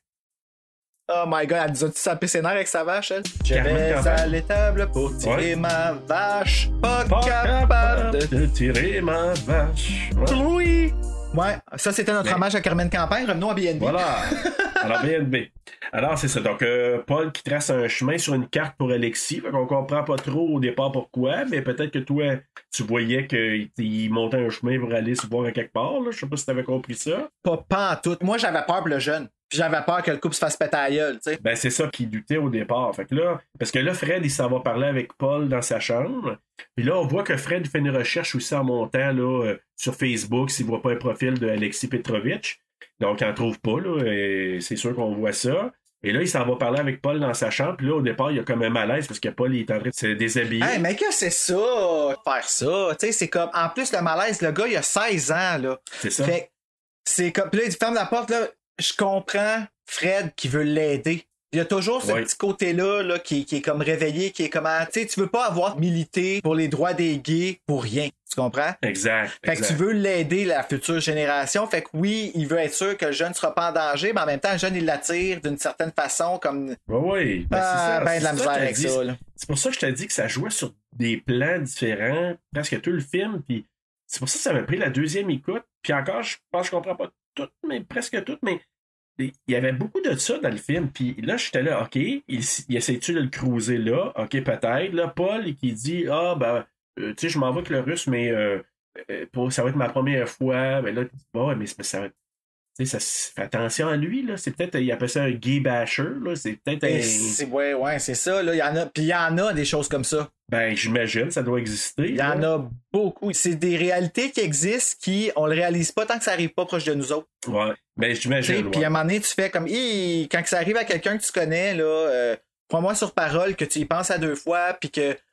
Oh my god, elle nous a-tu sapé ses nerfs avec sa vache, elle? Je Carmen vais Campagne. à l'étable pour tirer Ouais. ma vache. Pas, Pas capable de... de tirer ma vache. Ouais. Oui! Ouais, ça c'était notre Mais- hommage à Carmen Campagne. Revenons à B N B. Voilà. Alors, B N B. Alors, c'est ça. Donc, euh, Paul qui trace un chemin sur une carte pour Alexis. Fait qu'on comprend pas trop au départ pourquoi, mais peut-être que toi, tu voyais qu'il montait un chemin pour aller se voir à quelque part. Là. Je sais pas si t'avais compris ça. Pas, pas en tout. Moi, j'avais peur pour le jeune. Puis j'avais peur que le couple se fasse péter à la gueule, tu sais. Ben, c'est ça qu'il doutait au départ. Fait que là, parce que là, Fred, il s'en va parler avec Paul dans sa chambre. Puis là, on voit que Fred fait une recherche aussi en montant là, euh, sur Facebook s'il voit pas un profil de Alexis Petrovitch. Donc, il en trouve pas, là. Et c'est sûr qu'on voit ça. Et là, il s'en va parler avec Paul dans sa chambre. Puis là, au départ, il y a comme un malaise parce que Paul il est en train de se déshabiller. Hey, mais que c'est ça, faire ça? Tu sais, c'est comme. En plus, le malaise, le gars, il a seize ans, là. C'est ça. Fait que c'est comme. Puis là, il ferme la porte, là. Je comprends Fred qui veut l'aider. Il y a toujours ce Ouais. petit côté-là là, qui, qui est comme réveillé, qui est comment. Tu sais, tu veux pas avoir milité pour les droits des gays pour rien. Tu comprends? Exact. Fait exact. que tu veux l'aider, la future génération. Fait que oui, il veut être sûr que le jeune ne sera pas en danger, mais en même temps, le jeune, il l'attire d'une certaine façon, comme. Ouais, ouais. Ben, Ah, c'est ça. ben de la C'est misère que je avec t'ai dit. ça, là. C'est pour ça que je t'ai dit que ça jouait sur des plans différents, presque tout le film. Puis c'est pour ça que ça m'a pris la deuxième écoute. Puis encore, je pense que je comprends pas tout, mais presque tout, mais il y avait beaucoup de ça dans le film. Puis là, j'étais là, OK, il, il essaie-tu de le cruiser là? OK, peut-être. Là, Paul qui dit, ah, ben, euh, tu sais, je m'en vais avec le russe, mais euh, euh, pour, ça va être ma première fois. Ben là, tu dis, bon, ouais, mais c'est- ça va être. Tu sais, ça fait attention à lui, là. C'est peut-être, il appelle ça un gay basher, là. C'est peut-être Et un. c'est- ouais, ouais, c'est ça. Là. Il y en a, puis il y en a des choses comme ça. Ben, j'imagine, ça doit exister. Il y en a beaucoup. C'est des réalités qui existent qui, on le réalise pas tant que ça arrive pas proche de nous autres. Ouais. Ben, Tu sais, j'imagine. puis Ouais. à un moment donné, tu fais comme, Hi, quand que ça arrive à quelqu'un que tu connais, là, euh, crois-moi sur parole que tu y penses à deux fois, puis que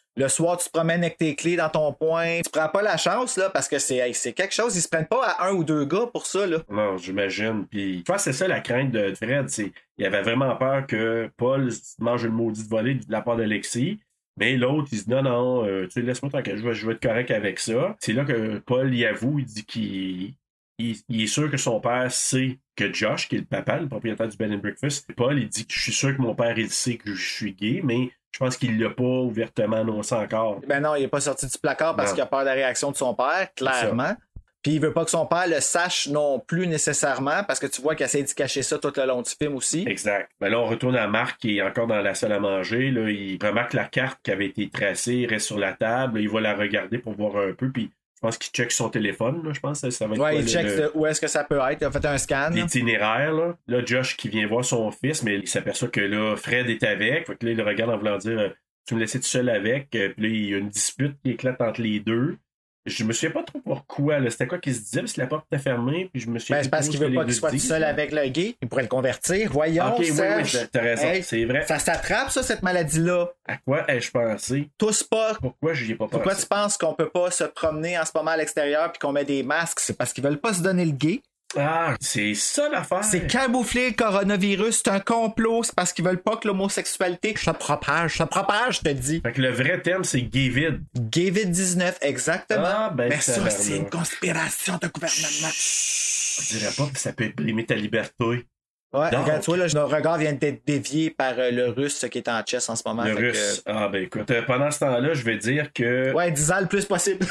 Le soir, tu te promènes avec tes clés dans ton poing. Tu prends pas la chance, là, parce que c'est, hey, c'est quelque chose. Ils se prennent pas à un ou deux gars pour ça, là. Non, j'imagine. Puis, je pense que c'est ça la crainte de Fred. C'est, il avait vraiment peur que Paul mange une maudite volée de la part d'Alexis. Mais l'autre, il se dit non, non, euh, tu sais, laisse-moi tranquille, je vais, je vais être correct avec ça. C'est là que Paul y avoue, il dit qu'il il, il est sûr que son père sait que Josh, qui est le papa, le propriétaire du Bed and Breakfast, Paul, il dit que je suis sûr que mon père, il sait que je suis gay, mais je pense qu'il l'a pas ouvertement annoncé encore. Ben non, il est pas sorti du placard parce non. qu'il a peur de la réaction de son père, clairement. Puis il veut pas que son père le sache non plus nécessairement, parce que tu vois qu'il essaie d'y cacher ça tout le long du film aussi. Exact. Ben là, on retourne à Marc qui est encore dans la salle à manger. Là, il remarque la carte qui avait été tracée, reste sur la table. Là, il va la regarder pour voir un peu, puis je pense qu'il check son téléphone. Là, je pense que ça va être ouais, quoi, il check le... où est-ce que ça peut être. Il a fait un scan. L'itinéraire, là. Là, Josh qui vient voir son fils, mais il s'aperçoit que là, Fred est avec. Fait que là, il le regarde en voulant dire tu me laissais tout seul avec. Puis là, il y a une dispute qui éclate entre les deux. Je me souviens pas trop pourquoi. Là. C'était quoi qu'il se disait parce que la porte était fermée. Puis je me souviens ben, c'est parce qu'il veut pas qu'il soit tout seul avec le gay. Il pourrait le convertir. Voyons, okay, Serge. Oui, oui, t'as raison. Hey, c'est vrai. Ça s'attrape, ça, cette maladie-là. À quoi ai-je pensé? Tous pas. Pourquoi j'y ai pas pensé? Pourquoi tu penses qu'on peut pas se promener en ce moment à l'extérieur puis qu'on met des masques? C'est parce qu'ils veulent pas se donner le gay. Ah, c'est ça l'affaire. C'est camoufler le coronavirus, c'est un complot, c'est parce qu'ils veulent pas que l'homosexualité se propage, se propage, je te dis. Fait que le vrai thème, c'est Gayvid. Gayvid dix-neuf, exactement. Ah, ben, mais ça, ça, ça c'est une conspiration de gouvernement. Je dirais pas que ça peut brimer ta liberté. Ouais, donc, regarde, tu vois, là, notre regard vient d'être dévié par euh, le russe qui est en chess en ce moment. Le russe. Que... Ah, ben écoute, euh, pendant ce temps-là, je vais dire que. Ouais, dix ans le plus possible.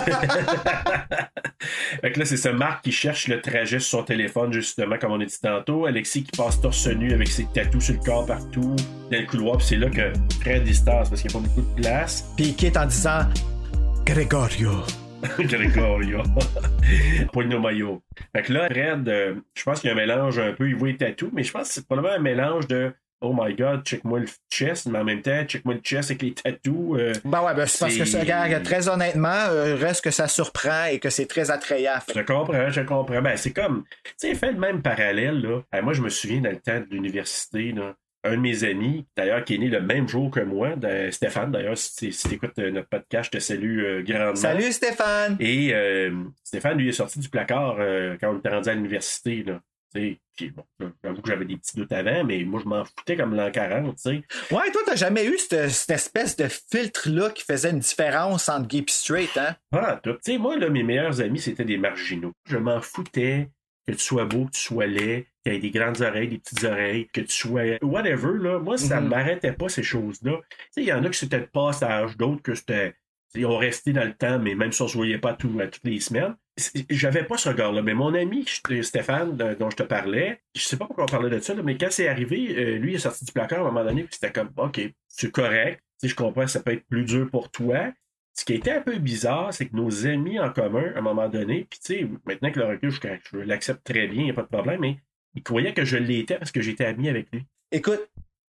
Fait que là, c'est ce Marc qui cherche le trajet sur son téléphone, justement, comme on a dit tantôt. Alexis qui passe torse nu avec ses tatous sur le corps partout, dans le couloir, puis c'est là que Fred il se tasse parce qu'il n'y a pas beaucoup de place. Puis il quitte en disant Gregorio. Gregorio. Polino Mayo. Fait que là, Fred, euh, je pense qu'il y a un mélange un peu, il voit les tatous, mais je pense que c'est probablement un mélange de oh my god, check-moi le chest, mais en même temps, check-moi le chest avec les tatous. Euh, ben ouais, ben c'est, c'est parce que ça, regarde, très honnêtement, euh, reste que ça surprend et que c'est très attrayant. Je comprends, je comprends. Ben, c'est comme, tu sais, fait le même parallèle, là. Ben, moi, je me souviens dans le temps de l'université, là. Un de mes amis, d'ailleurs, qui est né le même jour que moi, de Stéphane, d'ailleurs, si, si tu écoutes notre podcast, je te salue euh, grandement. Salut Stéphane! Et euh, Stéphane, lui, est sorti du placard euh, quand on était rendu à l'université, là. Puis, bon, j'avoue que j'avais des petits doutes avant, mais moi, je m'en foutais comme l'an quarante, tu sais. Ouais, toi, t'as jamais eu cette, cette espèce de filtre-là qui faisait une différence entre gay et straight, hein? Ah, tu sais, moi, là, mes meilleurs amis, c'était des marginaux. Je m'en foutais que tu sois beau, que tu sois laid, que tu aies des grandes oreilles, des petites oreilles, que tu sois whatever, là. Moi, ça ne mm-hmm. m'arrêtait pas, ces choses-là. Tu sais, il y en a qui c'était de passage, d'autres que c'était... Ils ont resté dans le temps, mais même si on ne se voyait pas tout, à toutes les semaines. J'avais pas ce regard-là. Mais mon ami Stéphane, dont je te parlais, je sais pas pourquoi on parlait de ça, là, mais quand c'est arrivé, euh, lui, il est sorti du placard à un moment donné, puis c'était comme, OK, c'est correct. Tu sais, je comprends que ça peut être plus dur pour toi. Ce qui était un peu bizarre, c'est que nos amis en commun, à un moment donné, puis tu sais, maintenant que le recul, je, je l'accepte très bien, il n'y a pas de problème, mais ils croyaient que je l'étais parce que j'étais ami avec lui. Écoute,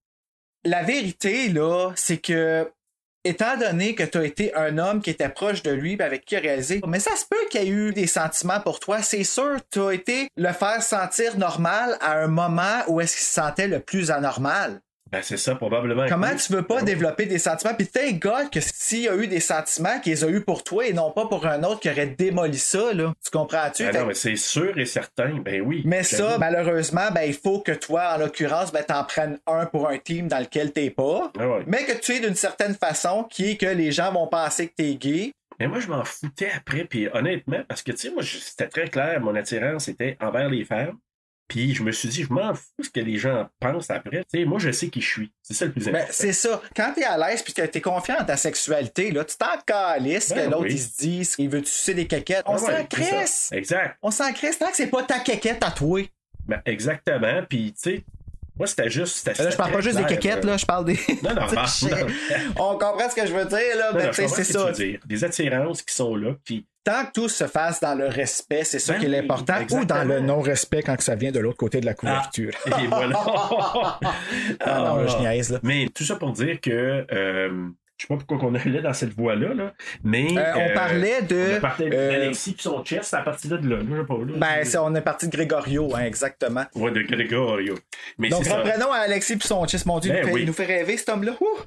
la vérité, là, c'est que étant donné que tu as été un homme qui était proche de lui et avec qui il a réalisé, mais ça se peut qu'il y ait eu des sentiments pour toi, c'est sûr, tu as été le faire sentir normal à un moment où est-ce qu'il se sentait le plus anormal. Ben c'est ça, probablement. Comment oui. Tu veux pas oui. développer des sentiments? Puis thank God que s'il y a eu des sentiments, qu'il les a eu pour toi et non pas pour un autre qui aurait démoli ça, là. Tu comprends-tu? Ben fait... non, mais c'est sûr et certain, ben oui. Mais ça, vu. malheureusement, ben il faut que toi, en l'occurrence, ben t'en prennes un pour un team dans lequel t'es pas. Ah ouais. Mais que tu es d'une certaine façon, qui est que les gens vont penser que t'es gay. Mais moi, je m'en foutais après, puis honnêtement, parce que, tu sais, moi, c'était très clair, mon attirance était envers les femmes. Puis je me suis dit, je m'en fous ce que les gens pensent après. Tu sais, moi, je sais qui je suis. C'est ça le plus important. Ben, c'est ça. Quand t'es à l'aise puis que t'es confiant en ta sexualité, là, tu t'en calisses ben, que l'autre, oui. il se dise qu'il veut te sucer des quéquettes. On ah, s'en ouais, crisse. Exact. On s'en crisse tant que c'est pas ta quéquette à toi. Ben, exactement. Puis, tu sais, moi, c'était juste... C'était, là, je parle pas juste clair, des quéquettes, là. là. Je parle des... Non, non, non, non. On comprend ce que je veux dire, là. Non, ben, non, c'est ce ça. Que tu veux dire. Des attirances qui sont là, puis... Tant que tout se fasse dans le respect, c'est ça ben qui est l'important, exactement. Ou dans le non-respect quand ça vient de l'autre côté de la couverture. Ah, et voilà. ah, non, là, je niaise, là. Mais tout ça pour dire que... Euh, je sais pas pourquoi on allait dans cette voie-là, là, mais... Euh, on euh, parlait de... On parlait d'Alexis et son chest, c'est à partir de là. là, pas, là ben, c'est, on est parti de Gregorio, hein, exactement. Ouais, de Gregorio. Mais donc, c'est reprenons ça. à Alexis et son chest. Mon Dieu, ben, il, nous fait, oui. il nous fait rêver, cet homme-là. Ouh!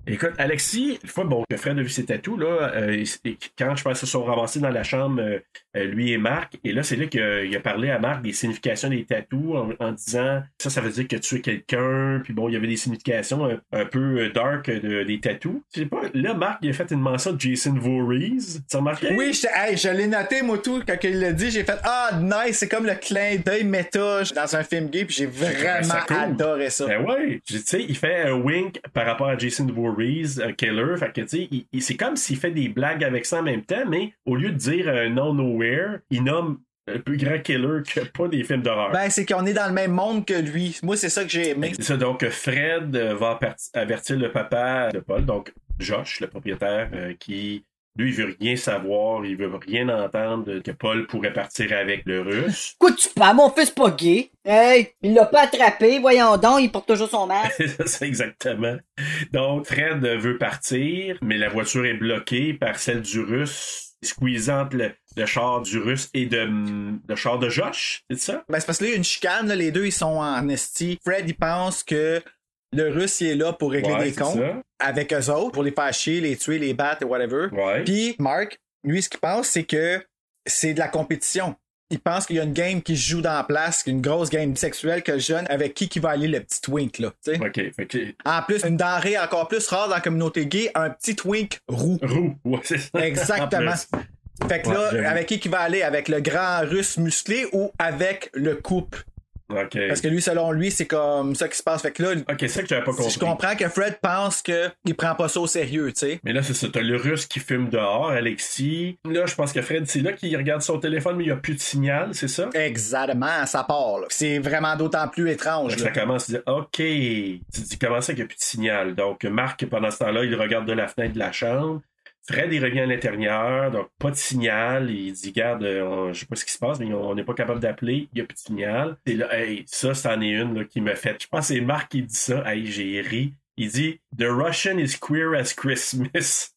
Écoute, Alexis, une fois bon, que Fred a vu ses tatous, là, euh, quand je pense qu'ils se sont ramassés dans la chambre, euh, lui et Marc, et là, c'est là qu'il a, il a parlé à Marc des significations des tatous en, en disant ça, ça veut dire que tu es quelqu'un, puis bon, il y avait des significations un, un peu dark de, des tatous. Je sais pas, là, Marc, il a fait une mention de Jason Voorhees. Tu as remarqué? Oui, je, hey, je l'ai noté, moi, tout, quand il l'a dit, j'ai fait ah, nice, c'est comme le clin d'œil méta dans un film gay, puis j'ai vraiment ça cool. adoré ça. Ben ouais, tu sais, il fait un wink par rapport à Jason Voorhees. Un killer, fait que tu sais, il, il, c'est comme s'il fait des blagues avec ça en même temps, mais au lieu de dire un non nowhere, il nomme un plus grand killer que pas des films d'horreur. Ben, c'est qu'on est dans le même monde que lui. Moi, c'est ça que j'ai aimé. C'est ça, donc Fred va avertir le papa de Paul, donc Josh, le propriétaire, euh, qui lui, il veut rien savoir, il veut rien entendre que Paul pourrait partir avec le Russe. Écoute-tu pas, mon fils pas gay? Hey, il l'a pas attrapé, voyons donc, il porte toujours son masque. C'est exactement. Donc, Fred veut partir, mais la voiture est bloquée par celle du Russe, squeezant le, le char du Russe et de, le char de Josh, c'est ça? Ben, c'est parce que là, il y a une chicane, là, les deux, ils sont en esti. Fred, il pense que le Russe, il est là pour régler ouais, des comptes ça. avec eux autres, pour les faire chier, les tuer, les battre, whatever. Ouais. Puis Mark, lui, ce qu'il pense, c'est que c'est de la compétition. Il pense qu'il y a une game qui se joue dans la place, une grosse game sexuelle que le jeune, avec qui qui va aller le petit twink, là. T'sais? OK. Fait que... En plus, une denrée encore plus rare dans la communauté gay, un petit twink roux. Roux, ouais, c'est ça. Exactement. Fait que ouais, là, avec qui qui va aller? Avec le grand Russe musclé ou avec le couple? Okay. Parce que lui, selon lui, c'est comme ça qui se passe. Fait que là, ok, c'est ça que j'avais pas compris. Je comprends que Fred pense qu'il prend pas ça au sérieux, tu sais. Mais là, c'est ça. T'as le Russe qui fume dehors, Alexis. Là, je pense que Fred, c'est là qu'il regarde son téléphone, mais il n'y a plus de signal, c'est ça? Exactement, ça part. Là. C'est vraiment d'autant plus étrange. Donc, ça commence à dire, OK. Tu dis, comment ça qu'il n'y a plus de signal? Donc, Marc, pendant ce temps-là, il regarde de la fenêtre de la chambre. Fred, il revient à l'intérieur, donc pas de signal. Il dit, garde, on, je sais pas ce qui se passe, mais on n'est pas capable d'appeler. Il n'y a plus de signal. Et là, hey, ça, c'en est une là, qui me fait. Je pense que c'est Marc qui dit ça. Hey, j'ai ri. Il dit, The Russian is queer as Christmas.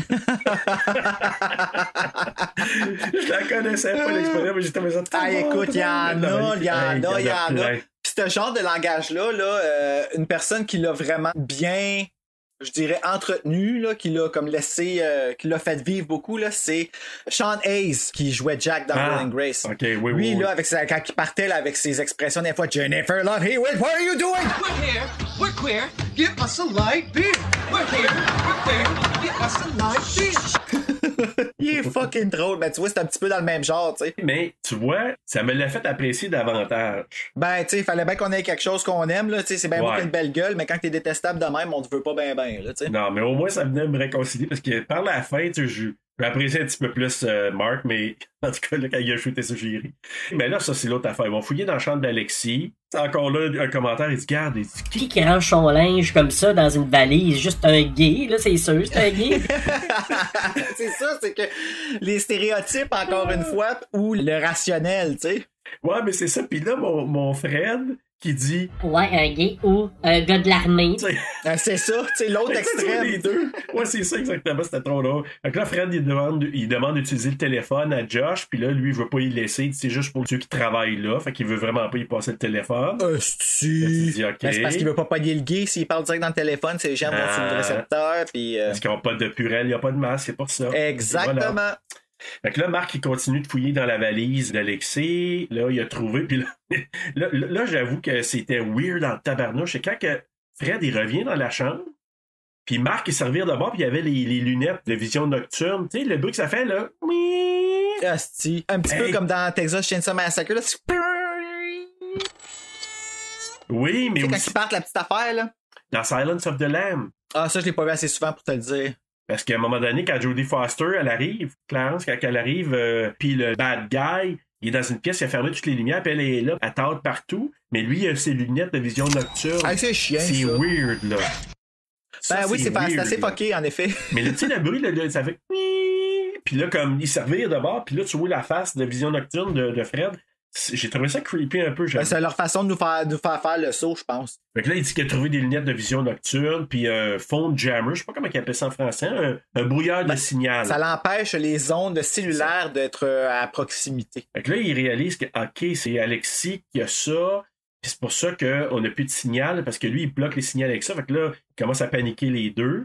Je la connaissais pas, l'expression, mais j'ai trouvé ça très Ah, bon, écoute, il y en a, il y en a, il y en a. Puis ce genre de langage-là, là, euh, une personne qui l'a vraiment bien... je dirais entretenu, là, qui l'a comme laissé, euh, qui l'a fait vivre beaucoup, là, c'est Sean Hayes qui jouait Jack dans ah, Will and Grace. Okay, oui, Lui, oui, là, oui. avec sa, quand il partait là, avec ses expressions des fois, Jennifer Love Hewitt, what are you doing? We're here, we're queer, give us a light beer. We're here, we're queer, give us a light beer. Il est fucking drôle, mais tu vois, c'est un petit peu dans le même genre, tu sais. Mais, tu vois, ça me l'a fait apprécier davantage. Ben, tu sais, il fallait bien qu'on ait quelque chose qu'on aime, là, tu sais, c'est bien ouais. beau qu'une belle gueule, mais quand t'es détestable de même, on te veut pas bien, bien, là, tu sais. Non, mais au moins, ça venait me réconcilier, parce que par la fin, tu sais, je... J'ai apprécié un petit peu plus euh, Mark, mais en tout cas, là, quand il a shooté ça, j'ai ri. Mais là, ça, c'est l'autre affaire. Ils vont fouiller dans la chambre d'Alexis. C'est encore là un commentaire. Il dit, garde, il dit, qui qui range son linge comme ça dans une valise? Juste un gay, là, c'est sûr, c'est un gay. C'est ça, c'est que les stéréotypes, encore une fois, ou le rationnel, tu sais. Ouais, mais c'est ça. Puis là, mon, mon Fred qui dit... Ouais, un gay ou un gars de l'armée. Ah, c'est ça, tu sais, l'autre extrême. Les deux. Ouais, c'est ça, exactement. C'était trop drôle. Donc là, Fred, il demande, il demande d'utiliser le téléphone à Josh, puis là, lui, il veut pas y laisser. C'est juste pour ceux qui travaillent là. Fait qu'il veut vraiment pas y passer le téléphone. Hostie. Dit, okay. Ben, c'est parce qu'il veut pas pogner le gay. S'il parle direct dans le téléphone, c'est les gens vont ah. sur le récepteur, puis... Euh... Parce qu'ils ont pas de purelle, il y a pas de masque, c'est pour ça. Exactement. Voilà. Fait que là, Marc, il continue de fouiller dans la valise d'Alexis. Là, il a trouvé. Puis là, là, là, j'avoue que c'était weird en tabarnouche. C'est quand que Fred, il revient dans la chambre. Puis Marc, il servir de bord. Puis il y avait les, les lunettes de vision nocturne. Tu sais, le bruit que ça fait, là. Asti. Un petit hey. peu comme dans Texas Chainsaw Massacre. Là. Oui, mais aussi... quand ils partent la petite affaire, là. Dans Silence of the Lamb. Ah, ça, je l'ai pas vu assez souvent pour te le dire. Parce qu'à un moment donné, quand Jodie Foster, elle arrive, Clarence, quand elle arrive, euh, puis le bad guy, il est dans une pièce, il a fermé toutes les lumières, puis elle est là, elle tâte partout, mais lui, il a ses lunettes de vision nocturne. Ah, c'est chiant, c'est ça. weird, là. Ça, ben oui, c'est, weird, c'est assez fucké, en effet. Mais tu sais, le bruit, là, ça fait... Puis là, comme il servir de bord, puis là, tu vois la face de vision nocturne de, de Fred. J'ai trouvé ça creepy un peu. Ben, c'est leur façon de nous faire, de nous faire faire le saut, je pense. Fait que là, il dit qu'il a trouvé des lunettes de vision nocturne, puis un phone jammer, je sais pas comment il appelle ça en français, un, un brouilleur ben, de signal. Ça l'empêche les ondes cellulaires d'être à proximité. Fait que là, il réalise que, OK, c'est Alexis qui a ça, puis c'est pour ça qu'on n'a plus de signal, parce que lui, il bloque les signaux avec ça. Fait que là, il commence à paniquer les deux.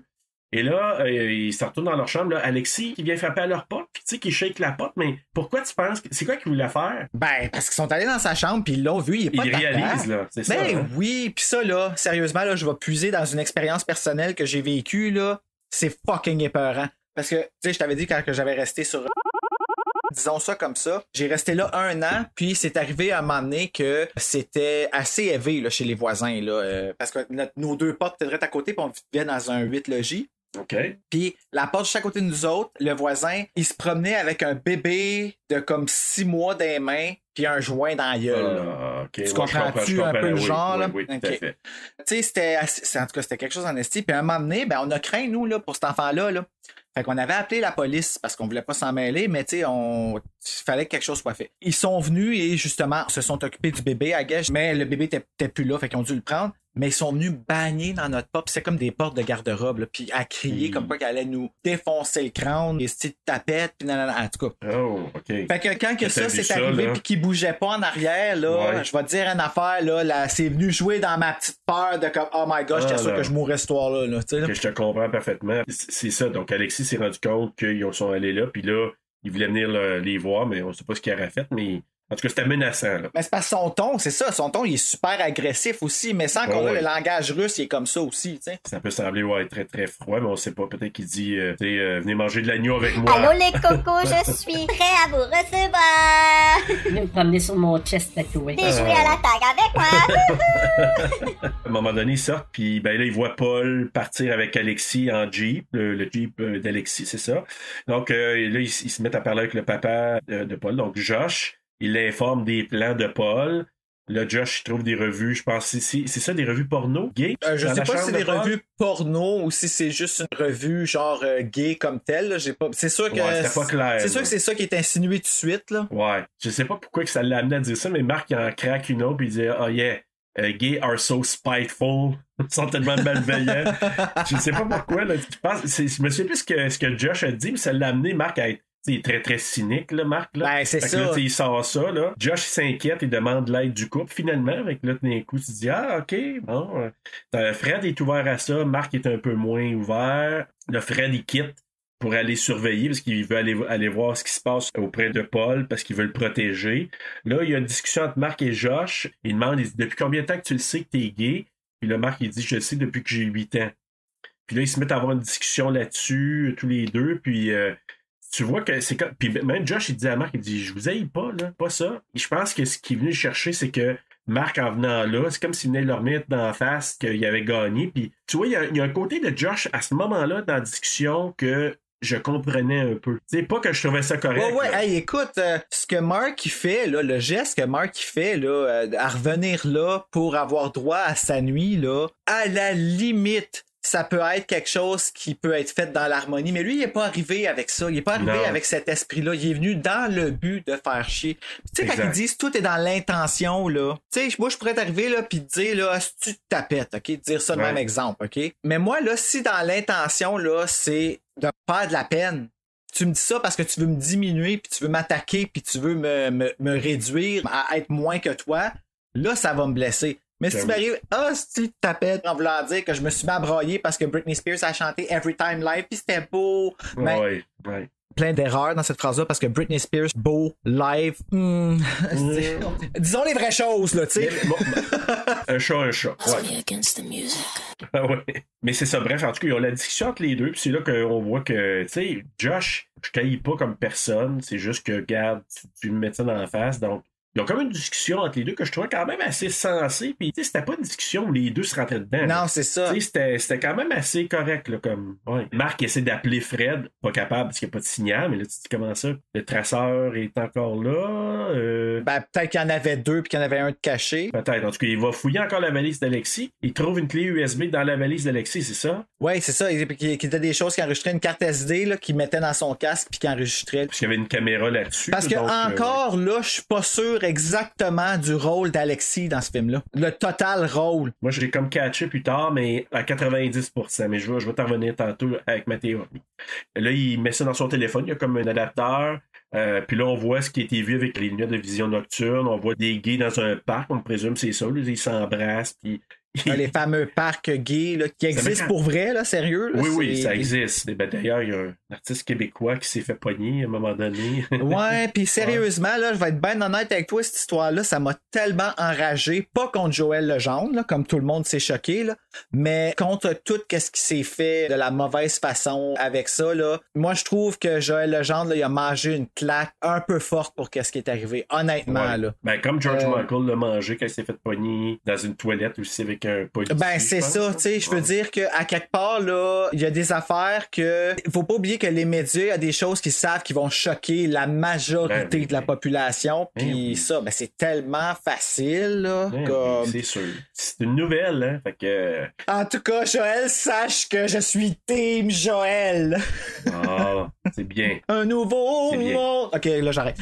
Et là, euh, ils se retournent dans leur chambre, là, Alexis qui vient frapper à leur porte, puis tu sais, qui shake la porte, mais pourquoi tu penses, que... c'est quoi qu'il voulait faire? Ben, parce qu'ils sont allés dans sa chambre, puis ils l'ont vu, il est pas Ils réalisent, là, c'est ça. Ben hein? oui, puis ça, là, sérieusement, là, je vais puiser dans une expérience personnelle que j'ai vécue, là, c'est fucking épeurant. Parce que, tu sais, je t'avais dit quand que j'avais resté sur... Disons ça comme ça. J'ai resté là un an, puis c'est arrivé à un moment donné que c'était assez élevé là, chez les voisins. Là, euh, parce que notre, nos deux portes étaient à côté, puis on vivait dans un huit logis. OK. Puis la porte juste à côté de nous autres, le voisin, il se promenait avec un bébé de comme six mois dans les mains, puis un joint dans la gueule. Ah, okay. Tu Moi, comprends-tu comprends, un peu le oui, genre? oui, là? oui, oui, okay. tout à fait. Tu sais, c'était assez... en tout cas, c'était quelque chose en esti. Puis à un moment donné, ben, on a craint, nous, là, pour cet enfant-là. Là. Fait qu'on avait appelé la police parce qu'on voulait pas s'en mêler, mais tu sais, on... il fallait que quelque chose soit fait. Ils sont venus et justement se sont occupés du bébé, à gage, mais le bébé était, était plus là, fait qu'ils ont dû le prendre. Mais ils sont venus bagner dans notre porte. C'est comme des portes de garde-robe, là, puis à crier mmh. comme quoi qu'elle allait nous défoncer le crâne, des petites tapettes, puis nanana, en tout cas. Oh, OK. Fait que quand que que ça s'est arrivé puis qu'il bougeait pas en arrière, là, ouais. je vais te dire une affaire, là, là, c'est venu jouer dans ma petite peur de comme, oh my gosh, j'étais ah, sûr que je mourrais ce soir-là. Là, là. Que je te comprends parfaitement. C'est ça. Donc, Alexis s'est rendu compte qu'ils sont allés là, puis là, il voulait venir là, les voir, mais on sait pas ce qu'il aurait fait, mais... En tout cas, c'était menaçant. Là. Mais c'est parce que son ton, c'est ça. Son ton, il est super agressif aussi. Mais sans qu'on ait le langage russe, il est comme ça aussi. T'sais. Ça peut sembler ouais, très très froid, mais on sait pas. Peut-être qu'il dit euh, euh, venez manger de l'agneau avec moi. Allô les cocos, je suis prêt à vous recevoir. Venez me promener sur mon chest tatoué. T'es joué à la tag avec moi. À un moment donné, ils sortent, puis ben là, ils voient Paul partir avec Alexis en Jeep, le, le Jeep d'Alexis, c'est ça. Donc euh, là, ils, ils se mettent à parler avec le papa de, de Paul, donc Josh. Il l'informe des plans de Paul. Là, Josh, il trouve des revues, je pense, c'est, c'est, c'est ça, des revues porno gay? Euh, je sais pas si c'est des Paul? revues porno ou si c'est juste une revue genre euh, gay comme telle. Là. J'ai pas... C'est sûr que ouais, c'était pas clair. C'est là. sûr que c'est ça qui est insinué tout de suite. Là. Ouais. Je sais pas pourquoi que ça l'a amené à dire ça, mais Marc, il en craque une autre et il dit « Oh yeah, uh, gays are so spiteful. » Ils sont tellement malveillants. Je sais pas pourquoi. Là. Je, pense, c'est, je me souviens plus ce que, ce que Josh a dit, mais ça l'a amené Marc à être il est très très cynique, là, Marc. Là. Ben, c'est fait ça. Que, là, il sort ça. Là. Josh s'inquiète et demande l'aide du couple, finalement. Avec là, d'un coup, tu te dis ah, OK, bon. Euh, Fred est ouvert à ça. Marc est un peu moins ouvert. Là, Fred, il quitte pour aller surveiller parce qu'il veut aller, aller voir ce qui se passe auprès de Paul parce qu'il veut le protéger. Là, il y a une discussion entre Marc et Josh. Il demande il dit, depuis combien de temps que tu le sais que t'es gay? Puis là, Marc, il dit je le sais depuis que j'ai huit ans. Puis là, ils se mettent à avoir une discussion là-dessus, tous les deux. Puis. Euh, Tu vois que c'est comme. Puis même Josh, il dit à Marc, il dit je vous haïs pas, là, pas ça. Et je pense que ce qu'il est venu chercher, c'est que Marc, en venant là, c'est comme s'il venait leur mettre dans la face qu'il avait gagné. Puis tu vois, il y, a, il y a un côté de Josh à ce moment-là dans la discussion que je comprenais un peu. C'est pas que je trouvais ça correct. Ouais, ouais, hey, écoute, euh, ce que Marc il fait, là, le geste que Marc il fait, là, euh, à revenir là pour avoir droit à sa nuit, là, à la limite. Ça peut être quelque chose qui peut être fait dans l'harmonie, mais lui, il n'est pas arrivé avec ça. Il n'est pas arrivé non. avec cet esprit-là. Il est venu dans le but de faire chier. Tu sais, quand ils disent tout est dans l'intention, là. Tu sais, moi, je pourrais t'arriver, là, puis te dire, là, si tu te tapettes, OK? Dire ça de ouais. même exemple, OK? Mais moi, là, si dans l'intention, là, c'est de faire de la peine, tu me dis ça parce que tu veux me diminuer, puis tu veux m'attaquer, puis tu veux me, me, me réduire à être moins que toi, là, ça va me blesser. Mais si tu m'arrives, ah, si tu tapais en voulant dire que je me suis mis à brailler parce que Britney Spears a chanté Every Time Live, puis c'était beau. Mais ouais, ouais. Plein d'erreurs dans cette phrase-là parce que Britney Spears, beau, live, hmm, mm. disons les vraies choses, là, tu sais. Bon, un chat, un chat. Ouais. Ah ouais. Mais c'est ça, bref, en tout cas, ils ont la discussion entre les deux, puis c'est là qu'on voit que, tu sais, Josh, je taille pas comme personne, c'est juste que, regarde, tu, tu me mets ça dans la face, donc. Ils ont comme une discussion entre les deux que je trouvais quand même assez sensée. Puis, tu sais, c'était pas une discussion où les deux se rentraient dedans. Non, là. c'est ça. Tu sais, c'était, c'était quand même assez correct, là, comme. Ouais. Marc essaie d'appeler Fred, pas capable parce qu'il n'y a pas de signal, mais là, tu te dis comment ça? Le traceur est encore là. Euh... Ben, peut-être qu'il y en avait deux puis qu'il y en avait un de caché. Peut-être. En tout cas, il va fouiller encore la valise d'Alexis. Il trouve une clé U S B dans la valise d'Alexis, c'est ça? Oui, c'est ça. Il y a des choses qui enregistraient une carte S D, là, qu'il mettait dans son casque puis qu'il enregistrait. Parce qu'il y avait une caméra là-dessus. Parce que donc, encore euh... là, je suis pas sûr exactement du rôle d'Alexis dans ce film-là. Le total rôle. Moi, je l'ai comme catché plus tard, mais à quatre-vingt-dix pour cent. Mais je vais, je vais t'en revenir tantôt avec ma théorie. Là, il met ça dans son téléphone. Il y a comme un adapteur. Euh, puis là, on voit ce qui a été vu avec les lunettes de vision nocturne. On voit des gays dans un parc. On présume que c'est ça. Là, ils s'embrassent. Puis Ah, les fameux parcs gays là, qui existent pour vrai, là, sérieux. Là, oui, oui, c'est... ça existe. Ben, d'ailleurs, il y a un artiste québécois qui s'est fait pogner à un moment donné. Ouais, puis sérieusement, là, je vais être bien honnête avec toi, cette histoire-là, ça m'a tellement enragé, pas contre Joël Legendre, là, comme tout le monde s'est choqué, là, mais contre tout ce qui s'est fait de la mauvaise façon avec ça. Là. Moi, je trouve que Joël Legendre, là, il a mangé une claque un peu forte pour ce qui est arrivé, honnêtement. Ouais. Là. Ben, comme George euh... Michael l'a mangé quand il s'est fait pogner dans une toilette aussi avec un policier. Ben, c'est ça, tu sais, je veux dire qu'à quelque part, là, il y a des affaires que. Faut pas oublier que les médias, il y a des choses qu'ils savent qui vont choquer la majorité ben, oui, de la population. Puis ben, oui. ça, ben, c'est tellement facile, là. Ben, comme... oui, c'est sûr. C'est une nouvelle, hein. Fait que. En tout cas, Joël, sache que je suis Team Joël. Ah, c'est bien. Un nouveau monde. Ok, là, j'arrête.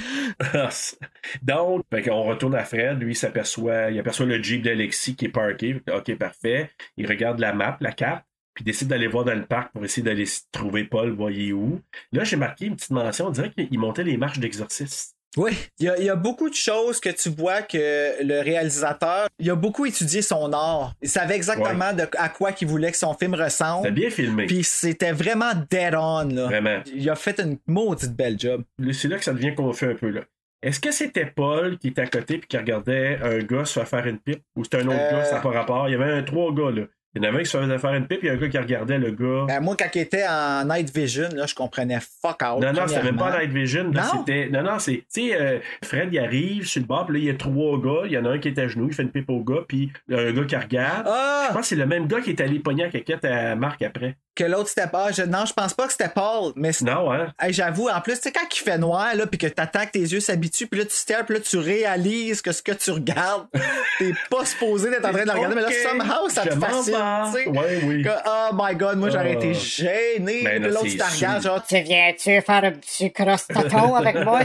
Donc, fait qu'on retourne à Fred. Lui, il s'aperçoit, il aperçoit le Jeep d'Alexis qui est parké. Ok, parfait. Il regarde la map, la carte, puis il décide d'aller voir dans le parc pour essayer d'aller trouver Paul, voyez où. Là, j'ai marqué une petite mention. On dirait qu'il montait les marches d'exorcisme. Oui, il y, a, il y a beaucoup de choses que tu vois que le réalisateur, il a beaucoup étudié son art. Il savait exactement ouais. de, à quoi il voulait que son film ressemble. C'était bien filmé. Puis c'était vraiment dead on, là. Vraiment. Il a fait une maudite belle job. C'est là que ça devient confus un peu, là. Est-ce que c'était Paul qui était à côté puis qui regardait un gars se faire faire une pipe? Ou c'était un autre euh... gars, ça n'a pas rapport? Il y avait un, trois gars, là. Il y en avait un qui se faisait faire une pipe, il y a un gars qui regardait le gars. Ben moi, quand il était en Night Vision, là, je comprenais fuck out. Non, non, c'était même pas en Night Vision. Là, non? C'était... non, non, c'est. Tu sais, euh, Fred, il arrive sur le bar, puis là, il y a trois gars. Il y en a un qui est à genoux, il fait une pipe au gars, puis il y a un gars qui regarde. Ah! Je pense que c'est le même gars qui est allé pogner à quelqu'un à Marc après. Que l'autre c'était Paul. Je... Non, je pense pas que c'était Paul. Mais c'est... Non, hein? Hey, j'avoue, en plus, tu sais, quand il fait noir, là, puis que t'attends que tes yeux s'habituent, puis là, tu stares, puis là, tu réalises que ce que tu regardes, t'es pas supposé d'être en train de le regarder, okay. Mais là, somehow, ça te fascine, tu sais. Ouais, oui. Que, oh my god, moi, j'aurais uh... été gêné. Ben, puis l'autre, tu te regardes, genre. Tu viens-tu faire un petit cross-taton avec moi?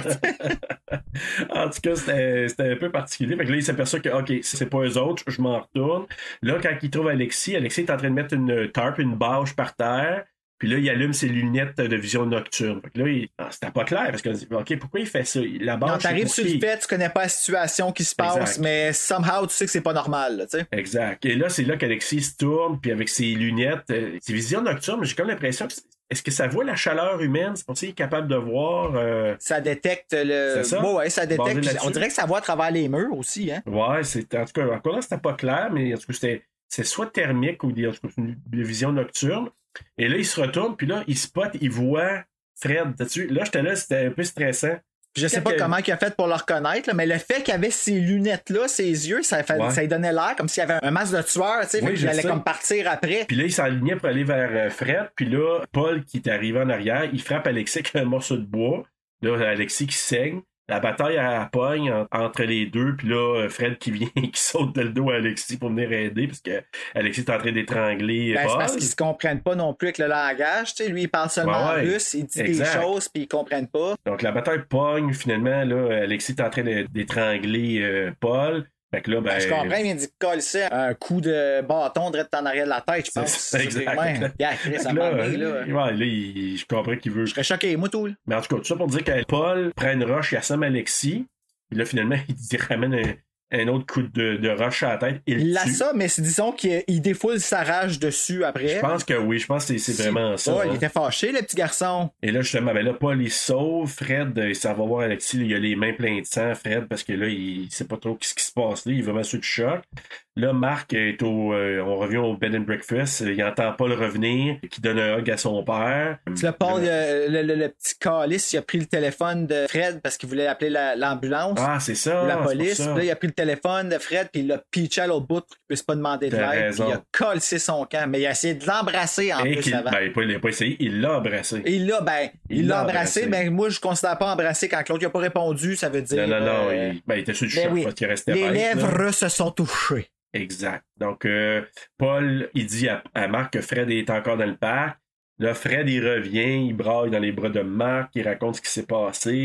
En tout cas, c'était, c'était un peu particulier. Fait que là, il s'aperçoit que, OK, c'est pas eux autres, je m'en retourne. Là, quand il trouve Alexis, Alexis est en train de mettre une tarp, une bâche par terre. Puis là, il allume ses lunettes de vision nocturne. Fait que là, il... ah, c'était pas clair. Parce que, OK, pourquoi il fait ça? La bâche, non, t'arrives sur le fait, tu connais pas la situation qui se passe, exact. Mais somehow, tu sais que c'est pas normal, tu sais. Exact. Et là, c'est là qu'Alexis se tourne, puis avec ses lunettes, euh, ses visions nocturnes, j'ai comme l'impression que est-ce que ça voit la chaleur humaine? C'est pour ça qu'il est capable de voir... Euh... Ça détecte le... C'est ça? Ouais, ouais, ça détecte. On dirait que ça voit à travers les murs aussi, hein? Ouais, c'est... En tout cas, encore là, c'était pas clair, mais en tout cas, c'était... c'est soit thermique ou des... en tout cas, une vision nocturne. Et là, il se retourne, puis là, il spot, il voit Fred. T'as-tu... Là, j'étais là, c'était un peu stressant. Je sais pas que... comment il a fait pour le reconnaître, là, mais le fait qu'il avait ces lunettes-là, ses yeux, ça, fait, ouais. ça lui donnait l'air comme s'il y avait un masque de tueur, tu sais, oui, fait qu'il allait sais. comme partir après. Puis là, il s'alignait pour aller vers Fred, puis là, Paul, qui est arrivé en arrière, il frappe Alexis avec un morceau de bois. Là, Alexis qui saigne. La bataille à pogne en, entre les deux, puis là, Fred qui vient, qui saute de le dos à Alexis pour venir aider, parce que Alexis est en train d'étrangler ben, Paul. C'est parce qu'ils se comprennent pas non plus avec le langage, tu sais, lui il parle seulement ouais, ouais. russe, il dit exact. Des choses, puis ils comprennent pas. Donc la bataille pogne, finalement, là, Alexis est en train de, d'étrangler euh, Paul. Fait que là, ben, ben, je comprends, il vient de coller ça un coup de bâton direct en arrière de la tête, je pense. C'est exact. Yeah, Chris, ça là, là. là, ouais, là il, je comprends qu'il veut. Je serais choqué, moi tout. Mais en tout cas, tout ça pour dire que Paul prend une roche, il assomme Alexis. Puis là, finalement, il ramène un, un autre coup de, de roche à la tête. Il, il l'assomme, mais c'est, disons qu'il défoule sa rage dessus après. Je pense que oui, je pense que c'est, c'est vraiment ça. Oh, hein. Il était fâché, le petit garçon. Et là, justement, ben là, Paul, il sauve. Fred, il s'en va voir Alexis. Là, il a les mains pleines de sang, Fred, parce que là, il sait pas trop ce qui se passe là. Il est vraiment sous le choc. Là, Marc est au... Euh, on revient au bed and breakfast. Il entend Paul revenir, qui donne un hug à son père. Tu le Paul, le, le, le, le petit calice, il a pris le téléphone de Fred parce qu'il voulait appeler la, l'ambulance. Ah, c'est ça. Ou la police. Puis là, il a pris le téléphone de Fred, puis il l'a pitché à l'autre bout pour qu'il puisse pas demander de T'as l'aide. raison. Puis il a collé son camp. Mais il a essayé de l'embrasser en Et plus avant. Ben, il n'a pas essayé, il l'a embrassé. Il l'a, ben, il, il l'a, l'a embrassé, mais moi, je ne considère pas embrassé quand l'autre n'a pas répondu. Ça veut dire. Non, non, non. Euh... Il, ben, il était sur le ben choc oui. parce qu'il restait Les bête, lèvres là. se sont touchées. Exact. Donc, euh, Paul, il dit à, à Marc que Fred est encore dans le parc. Là, Fred, il revient, il braille dans les bras de Marc, il raconte ce qui s'est passé.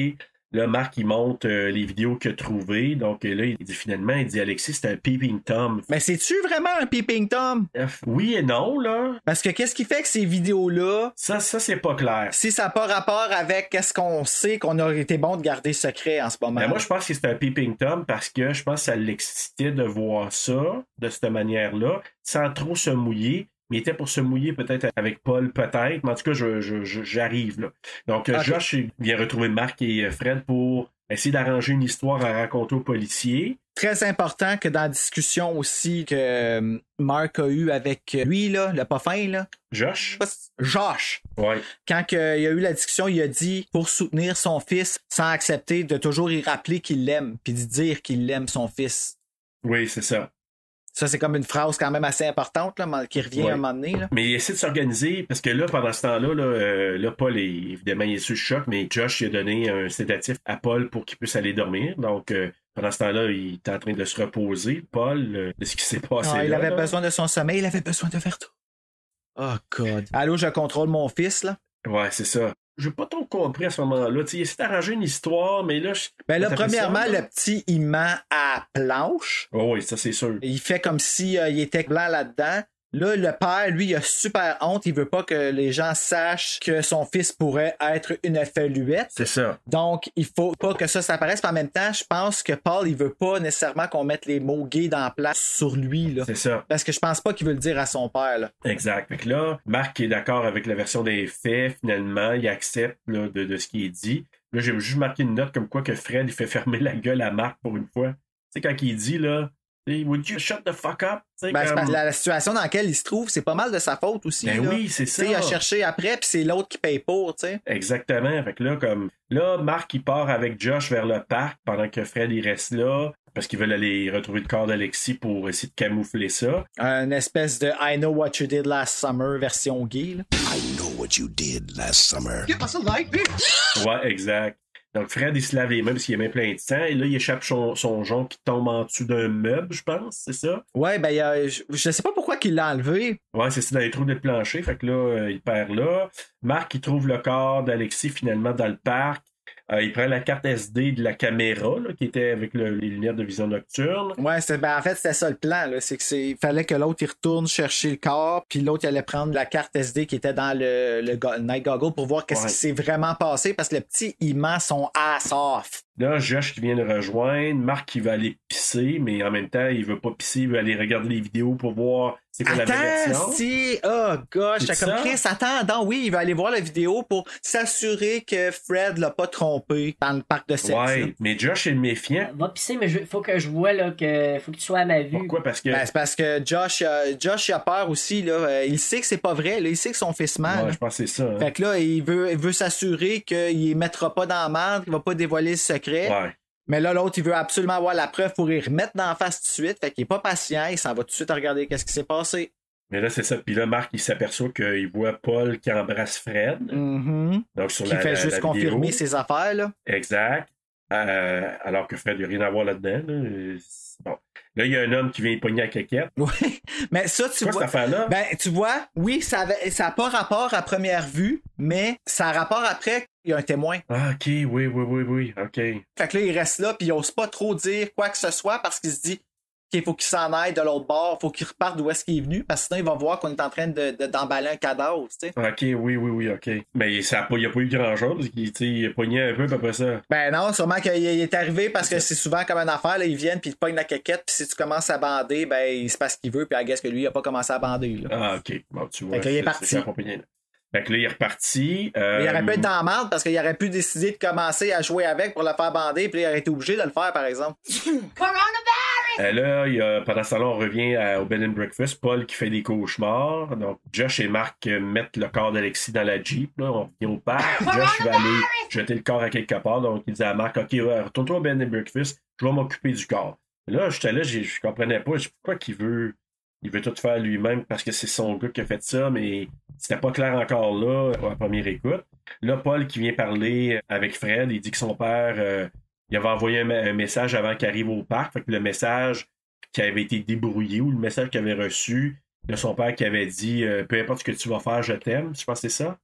Là, Marc, il monte euh, les vidéos qu'il a trouvées. Donc euh, là, il dit finalement, il dit Alexis, c'est un peeping Tom. Mais c'est-tu vraiment un peeping Tom? Euh, oui et non, là. Parce que qu'est-ce qui fait que ces vidéos-là... Ça, ça c'est pas clair. Si ça n'a pas rapport avec qu'est-ce qu'on sait qu'on aurait été bon de garder secret en ce moment. Ben moi, je pense que c'est un peeping Tom parce que je pense que ça l'excitait de voir ça de cette manière-là, sans trop se mouiller. Mais il était pour se mouiller peut-être avec Paul, peut-être. Mais en tout cas, je, je, je, j'arrive là. Donc, okay. Josh il vient retrouver Marc et Fred pour essayer d'arranger une histoire à raconter aux policiers. Très important que dans la discussion aussi que Marc a eu avec lui, là, le pas fin, là. Josh? Josh! Ouais. Quand il a eu la discussion, il a dit pour soutenir son fils sans accepter de toujours y rappeler qu'il l'aime, puis de dire qu'il l'aime son fils. Oui, c'est ça. Ça, c'est comme une phrase quand même assez importante là, qui revient ouais. à un moment donné. Là. Mais il essaie de s'organiser parce que là, pendant ce temps-là, là, euh, là Paul, est, évidemment, il est sous le choc, mais Josh il a donné un sédatif à Paul pour qu'il puisse aller dormir. Donc, euh, pendant ce temps-là, il est en train de se reposer, Paul, euh, de ce qui s'est passé. Ah, là, il avait là. besoin de son sommeil, il avait besoin de Verto. Oh, God. Allô, je contrôle mon fils, là. Ouais, c'est ça. J'ai pas trop compris à ce moment-là. T'sais, il essaie d'arranger une histoire, mais là... Je... Ben là, premièrement, ça, là? Le petit, il ment à planche. Oh oui, ça, c'est sûr. Il fait comme si euh, il était blanc là-dedans. Là, le père, lui, il a super honte. Il veut pas que les gens sachent que son fils pourrait être une feluette. C'est ça. Donc, il faut pas que ça s'apparaisse. Mais en même temps, je pense que Paul, il veut pas nécessairement qu'on mette les mots gays dans la place sur lui. Là. C'est ça. Parce que je pense pas qu'il veut le dire à son père. Là. Exact. Fait que là, Marc est d'accord avec la version des faits. Finalement, il accepte là, de, de ce qui est dit. Là, j'ai juste marqué une note comme quoi que Fred, il fait fermer la gueule à Marc pour une fois. Tu sais, quand il dit, là... Would you shut the fuck up? Ben, comme... la, la situation dans laquelle il se trouve, c'est pas mal de sa faute aussi. Ben là. oui, c'est ça. T'sais, il a cherché après, puis c'est l'autre qui paye pour, tu sais. Exactement. Fait que là, comme là, Marc, il part avec Josh vers le parc pendant que Fred, il reste là. Parce qu'ils veulent aller retrouver le corps d'Alexis pour essayer de camoufler ça. Une espèce de I know what you did last summer version gay. Là. I know what you did last summer. Give us a light, bitch! Ouais, exact. Donc, Fred, il se lave les mains parce qu'il a même plein de sang. Et là, il échappe son, son jonc qui tombe en dessous d'un meuble, je pense, c'est ça? Ouais, ben, il a, je, je sais pas pourquoi il l'a enlevé. Ouais, c'est ça, dans les trous de plancher. Fait que là, euh, il perd là. Marc, il trouve le corps d'Alexis finalement dans le parc. Euh, il prend la carte S D de la caméra là, qui était avec le, les lunettes de vision nocturne. Ouais, c'était, ben, en fait, c'était ça le plan. Là. C'est que c'est, il fallait que l'autre il retourne chercher le corps, puis l'autre il allait prendre la carte S D qui était dans le, le go- Night Goggle pour voir qu'est-ce ouais. qui s'est vraiment passé parce que le petit, il ment son ass off. Là, Josh qui vient le rejoindre, Marc qui va aller pisser, mais en même temps, il veut pas pisser, il veut aller regarder les vidéos pour voir c'est quoi attends, la version. Si, oh gosh, j'ai comme Chris, attends, non, oui, il va aller voir la vidéo pour s'assurer que Fred l'a pas trompé dans le parc de sexe. Ouais, là. mais Josh est méfiant. Va pisser, mais il faut que je vois là, que faut que tu sois à ma vue. Pourquoi? Parce que. Ben, c'est parce que Josh, euh, Josh il a peur aussi, là. Il sait que c'est pas vrai, là. Il sait que son fils ment. Ouais, je pense que c'est ça. Hein. Fait que là, il veut, il veut s'assurer qu'il mettra pas dans la merde, qu'il va pas dévoiler le secret. Ouais. Mais là, l'autre, il veut absolument avoir la preuve pour y remettre dans la face tout de suite. Fait qu'il est pas patient, il s'en va tout de suite regarder qu'est-ce qui s'est passé. Mais là, c'est ça. Puis là, Marc, il s'aperçoit qu'il voit Paul qui embrasse Fred. Mm-hmm. Donc, sur qui la, fait la, juste la confirmer vidéo. ses affaires, là. Exact. Euh, alors que Fred, il n'a rien à voir là-dedans. Là. Bon. Là, il y a un homme qui vient pogner à caquette. Oui, mais ça, tu quoi, vois. Cette affaire-là? Ben, tu vois, oui, ça avait, ça a pas rapport à première vue, mais ça a rapport après. Il y a un témoin. Ah, ok, oui, oui, oui, oui, ok. Fait que là, il reste là, puis il ose pas trop dire quoi que ce soit parce qu'il se dit qu'il faut qu'il s'en aille de l'autre bord, faut qu'il reparte d'où est-ce qu'il est venu, parce que sinon, il va voir qu'on est en train de, de, d'emballer un cadavre, tu sais. Ok, oui, oui, oui, ok. Mais ça a pas, il n'y a pas eu grand-chose. Il, il a pogné un peu, puis après ça. Ben non, sûrement qu'il est arrivé parce que c'est souvent comme une affaire, là, ils viennent, puis ils te pognent la caquette, puis si tu commences à bander, ben, il se passe ce qu'il veut, puis I guess que lui, il a pas commencé à bander, là. Ah, ok. Bon, tu vois. Fait que là, il est c'est, parti. c'est Fait que là, il est reparti. Euh... Il aurait pu être dans la merde parce qu'il aurait pu décider de commencer à jouer avec pour le faire bander, puis il aurait été obligé de le faire, par exemple. Coronavirus! Euh, là, il y a, pendant ce temps-là, on revient à, au bed and breakfast. Paul qui fait des cauchemars. Donc, Josh et Marc mettent le corps d'Alexis dans la Jeep. Là. On revient au parc. Josh va aller jeter le corps à quelque part. Donc, il dit à Marc, OK, ouais, retourne-toi au bed and breakfast. Je vais m'occuper du corps. Là, j'étais là, je je comprenais pas. Je sais pourquoi qu'il veut... Il veut tout faire lui-même parce que c'est son gars qui a fait ça, mais c'était pas clair encore là, à la première écoute. Là, Paul qui vient parler avec Fred, il dit que son père, euh, il avait envoyé un, un message avant qu'il arrive au parc. Fait que le message qui avait été débrouillé ou le message qu'il avait reçu de son père qui avait dit euh, peu importe ce que tu vas faire, je t'aime. Je pense que c'est ça.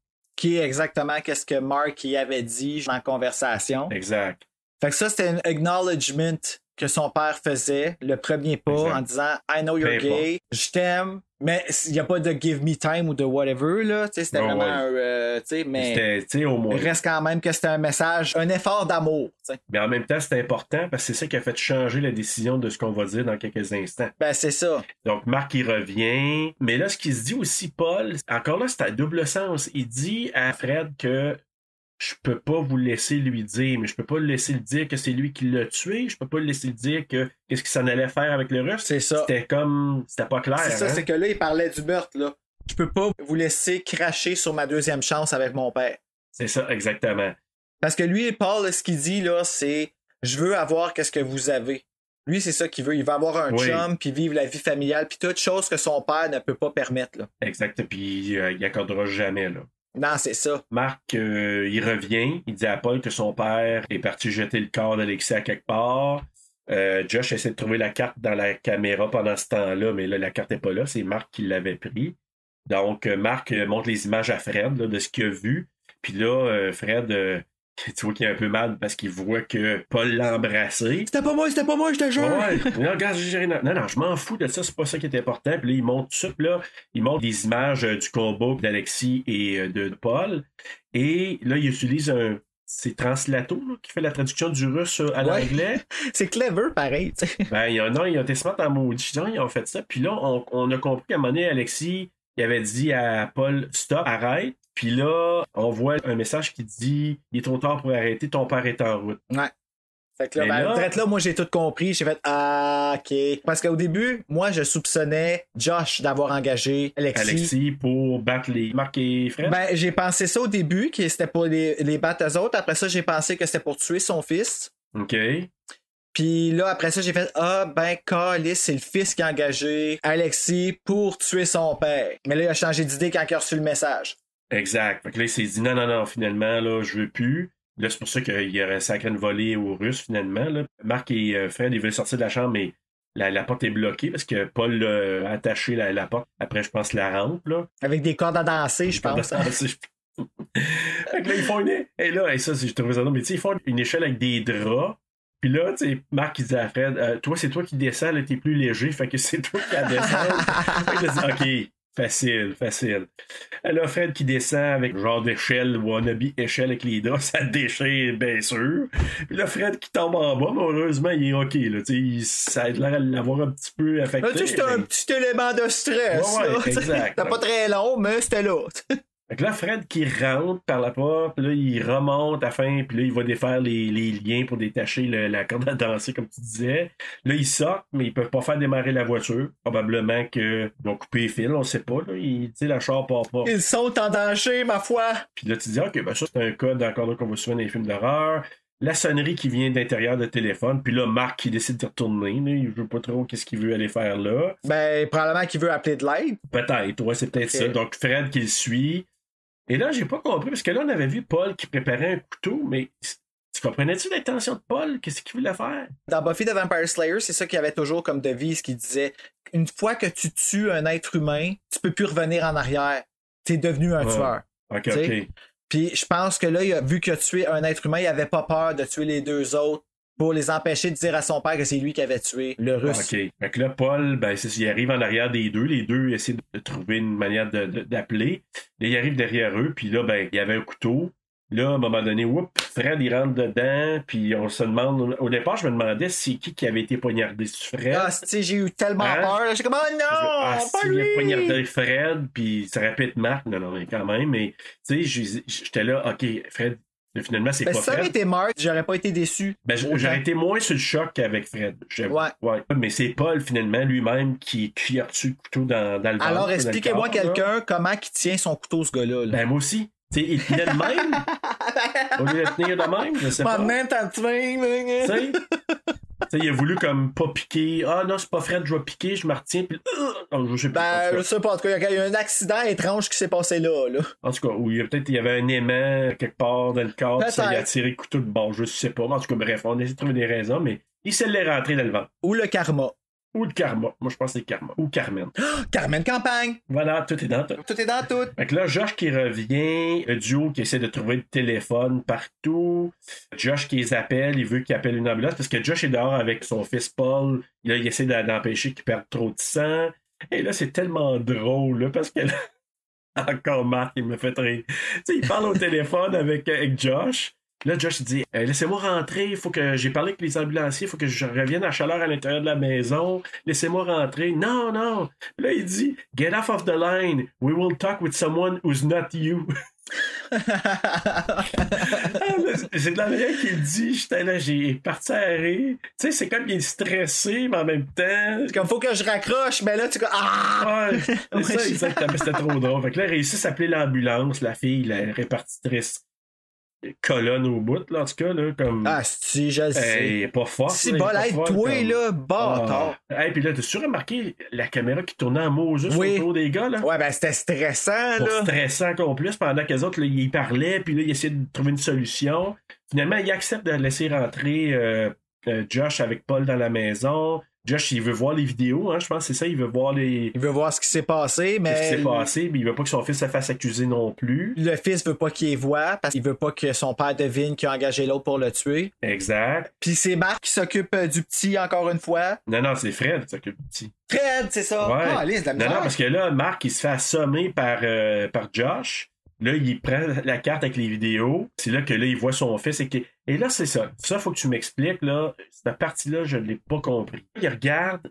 expliqué exactement qu'est-ce que Mark y avait dit en conversation. Exact. Fait que ça, c'était un acknowledgement que son père faisait, le premier pas, exact. En disant « I know you're Peu gay, je t'aime », mais il n'y a pas de « give me time » ou de whatever, là, tu sais, c'était oh, vraiment ouais. un... Euh, tu sais, mais c'était, au moins. Il reste quand même que c'était un message, un effort d'amour, tu sais. Mais en même temps, c'était important parce que c'est ça qui a fait changer la décision de ce qu'on va dire dans quelques instants. Ben, c'est ça. Donc, Mark, il revient, mais là, ce qu'il se dit aussi, Paul, encore là, c'est à double sens. Il dit à Fred que je peux pas vous laisser lui dire, mais je peux pas le laisser le dire que c'est lui qui l'a tué. Je peux pas le laisser le dire que qu'est-ce qu'il s'en allait faire avec le Russe. C'est ça. C'était comme... C'était pas clair. C'est ça, hein? c'est que là, il parlait du meurtre, là. Je peux pas vous laisser cracher sur ma deuxième chance avec mon père. C'est ça, exactement. Parce que lui, Paul, ce qu'il dit, là, c'est « Je veux avoir qu'est-ce que vous avez ». Lui, c'est ça qu'il veut. Il veut avoir un oui. chum, puis vivre la vie familiale, puis toute chose que son père ne peut pas permettre, là. Exact, puis euh, il accordera jamais, là. Non, c'est ça. Marc, euh, il revient. Il dit à Paul que son père est parti jeter le corps d'Alexis à quelque part. Euh, Josh essaie de trouver la carte dans la caméra pendant ce temps-là, mais là, la carte n'est pas là. C'est Marc qui l'avait pris. Donc, euh, Marc euh, montre les images à Fred là, de ce qu'il a vu. Puis là, euh, Fred, euh, tu vois qu'il est un peu mal parce qu'il voit que Paul l'a embrassé. C'était pas moi, c'était pas moi, je te jure. Ouais. Non, regarde, j'ai... non, non, je m'en fous de ça, c'est pas ça qui est important. Puis là, il montre tout ça. Puis là, il montre des images euh, du combat d'Alexis et euh, de Paul. Et là, il utilise un... C'est Translato là, qui fait la traduction du russe à ouais. l'anglais. C'est clever, pareil. T'sais. Ben, il y en a, il y a des smart en maudit. Ils ont fait ça. Puis là, on, on a compris qu'à un moment donné, Alexis, il avait dit à Paul, stop, arrête. Puis là, on voit un message qui dit, il est trop tard pour arrêter, ton père est en route. Ouais. Fait que là, ben, là... là, moi, j'ai tout compris. J'ai fait, ah, OK. Parce qu'au début, moi, je soupçonnais Josh d'avoir engagé Alexis. Alexis pour battre les Marc et Fred. Ben, j'ai pensé ça au début, que c'était pour les, les battre eux autres. Après ça, j'ai pensé que c'était pour tuer son fils. OK. Puis là, après ça, j'ai fait, ah, ben, Callis, c'est le fils qui a engagé Alexis pour tuer son père. Mais là, il a changé d'idée quand il a reçu le message. Exact. Fait que là, il s'est dit, non, non, non, finalement, là, je veux plus. Là, c'est pour ça qu'il y aurait sacré une volée aux Russes, finalement. Là. Marc et euh, Fred, ils veulent sortir de la chambre, mais la, la porte est bloquée parce que Paul a attaché la, la porte. Après, je pense, la rampe. Là. Avec des cordes à danser, je pense. Danser, je... Fait que là, ils font une... Et là, et ça, je trouve ça drôle, mais tu sais, ils font une échelle avec des draps. Puis là, tu sais, Marc, il dit à Fred, euh, toi, c'est toi qui descends, là, t'es plus léger, fait que c'est toi qui la descends. Fait que là, dit, OK. Facile, facile. Là, Fred qui descend avec genre d'échelle, wannabe échelle avec les draps, ça déchire bien sûr. Puis là, Fred qui tombe en bas, mais heureusement, il est OK. Là, il, ça a l'air à l'avoir un petit peu affecté. Là, c'était mais... un petit élément de stress. Ouais, ouais, là, exact. C'était pas très long, mais c'était là. Fait que là, Fred qui rentre par la porte, puis là, il remonte à la fin, puis là, il va défaire les, les liens pour détacher le, la corde à danser, comme tu disais. Là, ils sortent, mais ils peuvent pas faire démarrer la voiture. Probablement qu'ils vont couper les fils, on sait pas. Là. Il, tu sais, la char part pas. Ils sont en danger, ma foi! Puis là, tu dis, OK, ben ça, c'est un code encore qu'on voit souvent dans les films d'horreur. La sonnerie qui vient d'intérieur de téléphone, puis là, Marc qui décide de retourner. Là, il veut pas trop qu'est-ce qu'il veut aller faire là. Ben, probablement qu'il veut appeler de l'aide. Peut-être, ouais, c'est peut-être okay. ça. Donc, Fred qui le suit. Et là, j'ai pas compris, parce que là, on avait vu Paul qui préparait un couteau, mais tu comprenais-tu l'intention de Paul? Qu'est-ce qu'il voulait faire? Dans Buffy the Vampire Slayer, c'est ça qu'il y avait toujours comme devise qui disait une fois que tu tues un être humain, tu peux plus revenir en arrière. T'es devenu un oh. tueur. OK, t'sais? OK. Puis je pense que là, il a, vu qu'il a tué un être humain, il avait pas peur de tuer les deux autres pour les empêcher de dire à son père que c'est lui qui avait tué le Russe. OK. Fait que là, Paul, ben, c'est, il arrive en arrière des deux. Les deux essaient de trouver une manière de, de, d'appeler. Là, il arrive derrière eux, puis là, ben, il y avait un couteau. Là, à un moment donné, whoop, Fred, il rentre dedans, puis on se demande... Au départ, je me demandais c'est qui qui avait été poignardé. C'est Fred? Ah, tu sais, j'ai eu tellement hein? peur. Là. J'ai comme, oh non, ah, pas lui! lui! Il a poignardé Fred, puis ça répète Marc. Non, non, mais quand même. Mais, tu sais, j'étais là, OK, Fred... Mais finalement, c'est ben, pas si ça Fred. avait été Mark, j'aurais pas été déçu. Ben, j'aurais été moins sur le choc qu'avec Fred. Ouais. ouais. Mais c'est Paul, finalement, lui-même, qui, qui a reçu le couteau dans, dans le ventre. Alors, expliquez-moi corps, quelqu'un là. Comment il tient son couteau, ce gars-là. Là. Ben, moi aussi. T'sais, il tenait de même. Au lieu de tenir de même, je sais pas. Même t'en tu sais, il a voulu comme pas piquer. Ah non, c'est pas Fred, je vais piquer, je me retiens. Puis, euh, je sais pas. Ben, je sais pas. En tout cas, il y a un accident étrange qui s'est passé là. là. En tout cas, où il y a peut-être il y avait un aimant quelque part dans le corps, ça il a tiré le couteau de bord, je sais pas. En tout cas, bref, on essaie de trouver des raisons, mais il se l'est rentré dans le ventre. Ou le karma. Ou le karma. Moi, je pense que c'est karma. Ou Carmen. Carmen Campagne! Voilà, tout est dans tout. Tout est dans tout. Fait que là, Josh qui revient, le duo qui essaie de trouver le téléphone partout. Josh qui les appelle, il veut qu'il appelle une ambulance parce que Josh est dehors avec son fils Paul. Là, il essaie d'empêcher qu'il perde trop de sang. Et là, c'est tellement drôle, là, parce que là, encore Marc, il me fait rire. Tu sais, il parle au téléphone avec, avec Josh. Là, Josh il dit euh, laissez-moi rentrer, il faut que j'ai parlé avec les ambulanciers, il faut que je revienne à chaleur à l'intérieur de la maison. Laissez-moi rentrer. Non, non. Là, il dit get off of the line. We will talk with someone who's not you. C'est de la manière qu'il dit. J'étais là, j'ai parti à rire. Tu sais, c'est comme qu'il est stressé, mais en même temps. C'est comme faut que je raccroche, mais là, tu. Ah! Ouais, c'est ça, exactement. C'était trop drôle. Fait que là, il réussit à appeler l'ambulance. La fille, la répartitrice. Colonne au bout, là, en tout cas, là, comme... Ah, si, je le sais. Elle est pas forte. Si, bol, hey, toi, comme... là, bâtard. Ah. Hey, puis là, t'as-tu remarqué la caméra qui tournait en Moses oui. autour des gars, là? Ouais, ben, c'était stressant, Pour là. stressant encore plus, pendant qu'eux autres, là, ils parlaient, puis là, ils essayaient de trouver une solution. Finalement, ils acceptent de laisser rentrer euh, euh, Josh avec Paul dans la maison. Josh, il veut voir les vidéos, hein, je pense que c'est ça, il veut voir les... Il veut voir ce qui s'est passé, mais... Ce qui s'est passé, mais il veut pas que son fils se fasse accuser non plus. Le fils veut pas qu'il les voie, parce qu'il veut pas que son père devine qu'il a engagé l'autre pour le tuer. Exact. Puis c'est Marc qui s'occupe du petit, encore une fois. Non, non, c'est Fred qui s'occupe du petit. Fred, c'est ça! Ouais. Ah, Alice, la non, non, parce que là, Marc, il se fait assommer par, euh, par Josh. Là, il prend la carte avec les vidéos. C'est là que là, il voit son fils. Et, que... et là, c'est ça. Ça, faut que tu m'expliques. Là, cette partie-là, je ne l'ai pas compris. Il regarde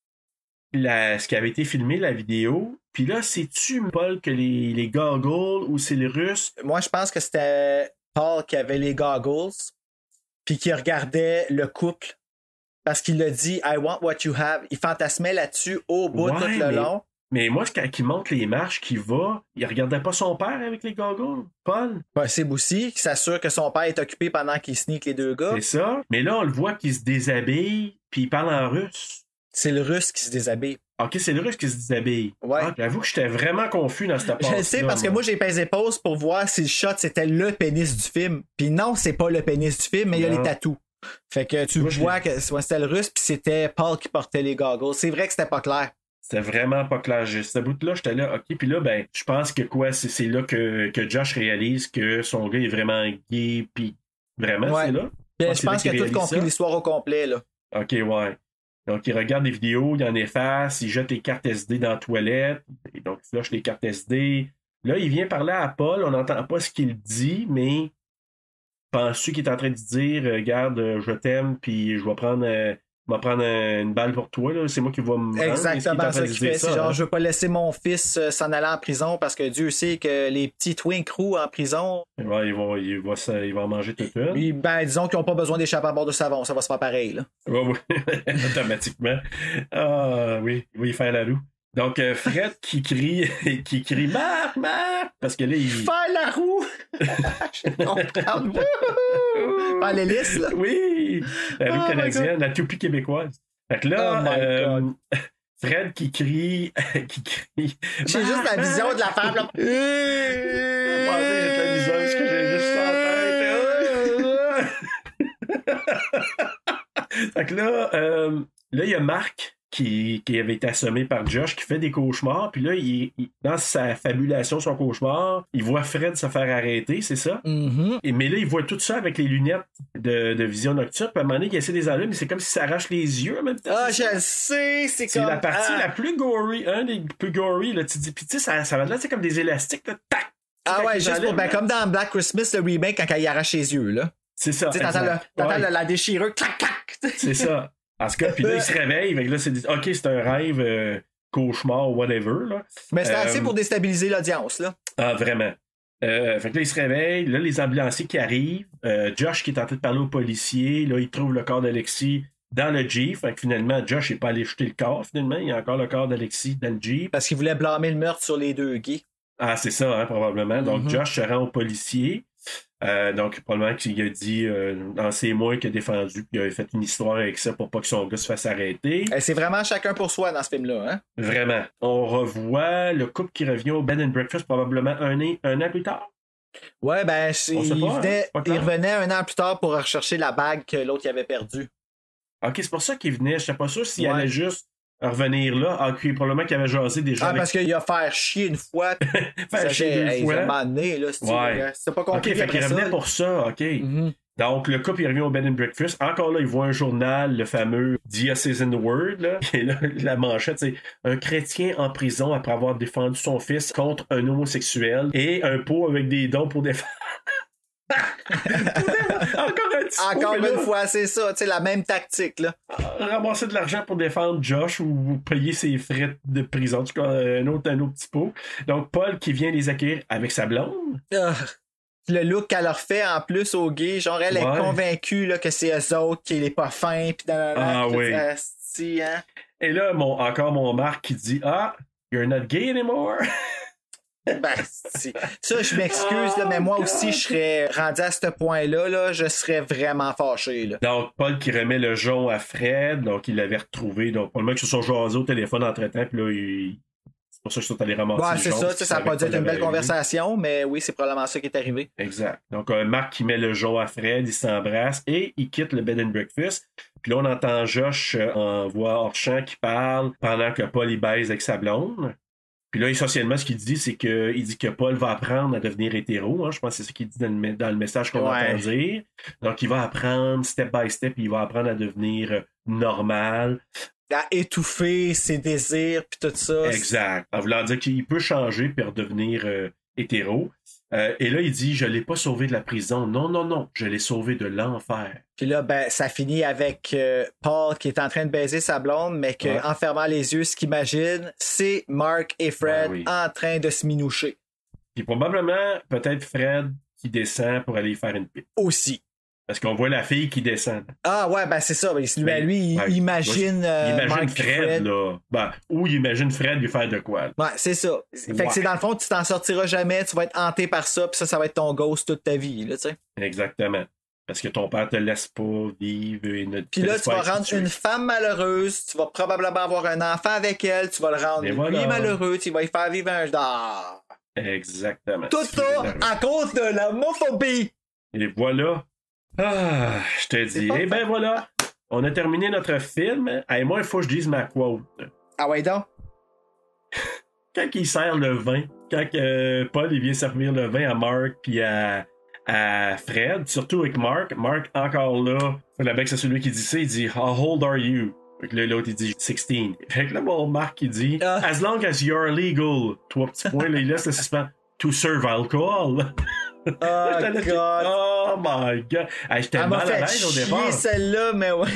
la... ce qui avait été filmé, la vidéo. Puis là, c'est-tu Paul que les, les goggles ou c'est les Russes? Moi, je pense que c'était Paul qui avait les goggles. Puis qui regardait le couple. Parce qu'il a dit I want what you have. Il fantasmait là-dessus au bout ouais, tout le mais... long. Mais moi, quand il monte les marches, qu'il va, il regardait pas son père avec les goggles, Paul? Possible aussi, qu'il s'assure que son père est occupé pendant qu'il sneak les deux gars. C'est ça. Mais là, on le voit qu'il se déshabille, puis il parle en russe. C'est le russe qui se déshabille. OK, c'est le russe qui se déshabille. Ouais. Ah, j'avoue que j'étais vraiment confus dans cette part. Je le sais, parce que moi, j'ai pesé pause pour voir si le shot, c'était le pénis du film. Puis non, c'est pas le pénis du film, mais il y a les tatous. Fait que tu moi, vois que c'était le russe, puis c'était Paul qui portait les goggles. C'est vrai que c'était pas clair. C'était vraiment pas clair. Ce bout-là, j'étais là, OK. Puis là, ben, je pense que quoi, c'est, c'est là que, que Josh réalise que son gars est vraiment gay, puis vraiment, ouais. c'est là. Ben, je pense qu'il a tout compris ça. L'histoire au complet, là. OK, ouais. Donc, il regarde les vidéos, il en efface, il jette les cartes S D dans la toilette, et donc il flush les cartes S D. Là, il vient parler à Paul, on n'entend pas ce qu'il dit, mais penses-tu qu'il est en train de dire, regarde, je t'aime, puis je vais prendre... Euh, Je vais prendre une balle pour toi, là. C'est moi qui vais me rendre. Exactement, ce qu'il fait. Ça, c'est genre, hein? je veux pas laisser mon fils euh, s'en aller en prison parce que Dieu sait que les petits twink crew en prison. Ouais, ils vont, ils vont, ils vont en manger toute une. Puis, ben, disons qu'ils n'ont pas besoin d'échapper à bord de savon. Ça va se faire pareil, là. Ouais, oui, automatiquement. Ah, oui, il va y faire la roue. Donc, euh, Fred qui crie, qui crie Marc, Marc! Parce que là, il. Faire la roue! Je comprends. Faire l'hélice, là. Oui! La roue oh canadienne, la toupie québécoise. Fait que là, oh euh, Fred qui crie, qui crie. J'ai juste la vision de la femme, là. Moi, j'ai la vision de ce que j'ai juste en tête. Fait que là, euh, là, il y a Marc. Qui, qui avait été assommé par Josh, qui fait des cauchemars, puis là, il, il, dans sa fabulation, son cauchemar, il voit Fred se faire arrêter, c'est ça? Mm-hmm. Et, mais là, il voit tout ça avec les lunettes de, de vision nocturne, puis à un moment donné, il essaie de les enlever, mais c'est comme s'il s'arrache les yeux en même temps. Ah, je le sais, c'est, c'est comme... la partie ah. la plus gory, un des plus gory, là, tu dis, puis tu sais, ça, ça va là, c'est comme des élastiques, là, tac! Ah ouais, juste pour, ben, comme dans Black Christmas, le remake, quand il arrache les yeux, là. C'est ça. Tu sais, t'entends, le, t'entends ouais. la, la déchirure, clac, clac! C'est ça. En tout cas, puis là, il se réveille. Là, c'est dit, OK, c'est un rêve, euh, cauchemar, whatever. Là. Mais c'était euh, assez pour déstabiliser l'audience. Là. Ah, vraiment. Euh, fait que là, il se réveille. Là, les ambulanciers qui arrivent. Euh, Josh qui est en train de parler aux policiers. Là, il trouve le corps d'Alexis dans le Jeep. Fait que finalement, Josh n'est pas allé jeter le corps. Finalement, il y a encore le corps d'Alexis dans le Jeep. Parce qu'il voulait blâmer le meurtre sur les deux gays. Ah, c'est ça, hein, probablement. Donc, mm-hmm. Josh se rend aux policiers. Euh, donc, probablement qu'il a dit euh, dans ses mois qu'il a défendu, puis il avait fait une histoire avec ça pour pas que son gars se fasse arrêter. Et c'est vraiment chacun pour soi dans ce film-là, hein? Vraiment. On revoit le couple qui revient au bed and breakfast probablement un an, un an plus tard. Ouais, ben, il, pas, venait, hein? il revenait un an plus tard pour rechercher la bague que l'autre y avait perdue. Ok, c'est pour ça qu'il venait. Je sais pas sûr s'il ouais. allait juste revenir là. Ah, okay, probablement qu'il avait jasé déjà. Ah, avec... parce qu'il a fait chier une fois. faire chier deux hey, fois. Il m'a donné, là. C'est ouais. pas compliqué. OK, fait qu'il revenait ça. pour ça. OK. Mm-hmm. Donc, le couple, il revient au bed and breakfast. Encore là, il voit un journal, le fameux Diocesan Word, là. Et là, la manchette, c'est un chrétien en prison après avoir défendu son fils contre un homosexuel et un pot avec des dons pour défendre. Encore un petit Encore pot, une là, fois, c'est ça, tu sais, la même tactique, là. Ramasser de l'argent pour défendre Josh ou payer ses frais de prison. En tout cas, un autre, un autre petit pot. Donc, Paul qui vient les accueillir avec sa blonde. Uh. Le look qu'elle leur fait en plus au gay, genre elle ouais. est convaincue là, que c'est eux autres, qu'il est pas fin, pis dans la ah oui. Asti, hein? Et là, mon, encore mon Marc qui dit ah, you're not gay anymore. Ben, si. Ça, je m'excuse, là, mais moi aussi, je serais rendu à ce point-là, là, je serais vraiment fâché. Là. Donc, Paul qui remet le jonc à Fred, donc il l'avait retrouvé. Donc, probablement qu'ils se sont jasés au téléphone entre-temps, puis là, il. C'est pour ça qu'ils sont allés ramasser ouais, le c'est jonc, ça, ça, ça n'a pas dû être une belle conversation, mais oui, c'est probablement ça qui est arrivé. Exact. Donc, un Marc qui met le jonc à Fred, ils s'embrassent et ils quittent le bed and breakfast. Puis là, on entend Josh en voix hors champ qui parle pendant que Paul il baise avec sa blonde. Puis là, essentiellement, ce qu'il dit, c'est qu'il dit que Paul va apprendre à devenir hétéro. Hein. Je pense que c'est ce qu'il dit dans le, dans le message qu'on ouais. entend dire. Donc, il va apprendre step by step, il va apprendre à devenir normal. À étouffer ses désirs, puis tout ça. Exact. En voulant dire qu'il peut changer puis redevenir euh, hétéro. Euh, et là, il dit, je l'ai pas sauvé de la prison. Non, non, non, je l'ai sauvé de l'enfer. Puis là, ben, ça finit avec euh, Paul qui est en train de baiser sa blonde, mais qu'en ouais. fermant les yeux, ce qu'il imagine, c'est Mark et Fred ouais, oui. en train de se minoucher. Puis probablement, peut-être Fred qui descend pour aller faire une pipe. Aussi. Parce qu'on voit la fille qui descend. Ah ouais, ben c'est ça. Ben, lui, lui il ouais. imagine, euh, il imagine Mark Fred, Fred, là. Ben, ou il imagine Fred lui faire de quoi. Là. Ouais, c'est ça. Fait ouais. que c'est dans le fond, tu t'en sortiras jamais, tu vas être hanté par ça, puis ça, ça va être ton ghost toute ta vie, là, tu sais. Exactement. Parce que ton père te laisse pas vivre. Et ne puis là, tu vas rendre une femme malheureuse, tu vas probablement avoir un enfant avec elle, tu vas le rendre lui voilà. malheureux, tu vas y faire vivre un... Ah. Exactement. Tout ça à cause de l'homophobie. Et voilà. Ah, je te dis. Eh ben voilà, on a terminé notre film. Et hey, moi, il faut que je dise ma quote. Ah ouais donc? Quand il sert le vin, quand euh, Paul il vient servir le vin à Mark puis à, à Fred, surtout avec Mark, Mark encore là, la bec c'est celui qui dit ça, il dit how old are you? Fait que là, l'autre il dit seize. Fait que là, mon Mark il dit uh. as long as you're legal. Trois petits points, là, il laisse le suspens. To serve alcohol. Oh god. Oh my god. Hey, j'étais Elle mal à l'aise au départ. Celle-là, mais ouais.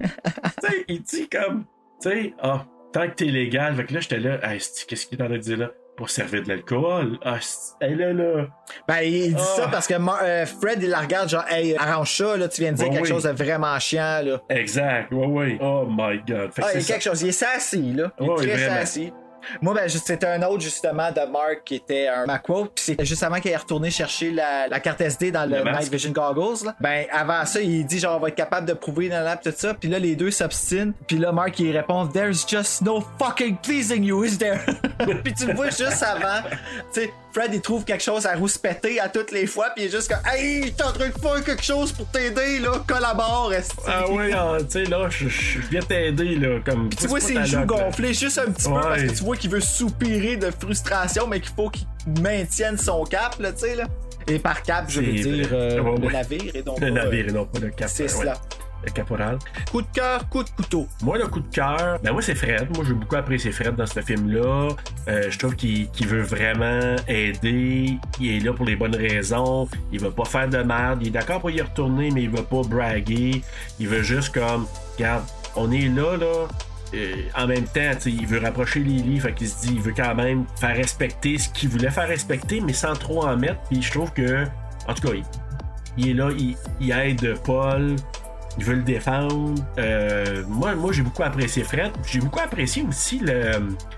Tu sais, il dit comme, tu sais, ah, oh, tant que t'es légal. Fait que là, j'étais là, hey, qu'est-ce qu'il est en train de dire là? Pour servir de l'alcool. Ah, elle est là. Ben, il dit oh. ça parce que euh, Fred, il la regarde genre, hey, arrange ça, là, tu viens de dire oh, quelque oui. chose de vraiment chiant, là. Exact, oui, oui. Oh my god. Fait que ah, il y a ça. quelque chose, il est sassy, là. Il oh, est très vraiment. sassy. Moi, ben, c'était un autre, justement, de Mark qui était un ma quote. Puis c'est juste avant qu'il ait retourné chercher la, la carte S D dans le, le Night Vision Goggles. Là. Ben, avant ça, il dit genre, on va être capable de prouver dans l'app tout ça. Puis là, les deux s'obstinent. Puis là, Mark, il répond, there's just no fucking pleasing you, is there? Puis tu le vois juste avant. Tu sais, Fred, il trouve quelque chose à rouspéter à toutes les fois. Puis il est juste comme, hey, t'es en train de faire quelque chose pour t'aider, là. Collabore, est-ce Ah oui, ah, tu sais, là, je viens t'aider, là. Comme, puis tu vois ses joues gonflées juste un petit ouais. peu parce que tu vois qu'il veut soupirer de frustration, mais qu'il faut qu'il maintienne son cap, là, tu sais, là. Et par cap, je veux dire euh, ouais, le ouais. navire et donc le pas, navire et non pas le cap. C'est ouais. cela. Le caporal. Coup de cœur, coup de couteau. Moi, le coup de cœur, ben moi, c'est Fred. Moi, j'ai beaucoup apprécié Fred dans ce film-là. Euh, je trouve qu'il, qu'il veut vraiment aider. Il est là pour les bonnes raisons. Il veut pas faire de merde. Il est d'accord pour y retourner, mais il veut pas braguer. Il veut juste comme, regarde, on est là, là. Euh, en même temps, il veut rapprocher Lily, fait qu'il se dit, il veut quand même faire respecter ce qu'il voulait faire respecter, mais sans trop en mettre. Puis je trouve que, en tout cas, il, il est là, il, il aide Paul. Il veut le défendre. Euh, moi, moi, j'ai beaucoup apprécié Fred. J'ai beaucoup apprécié aussi le,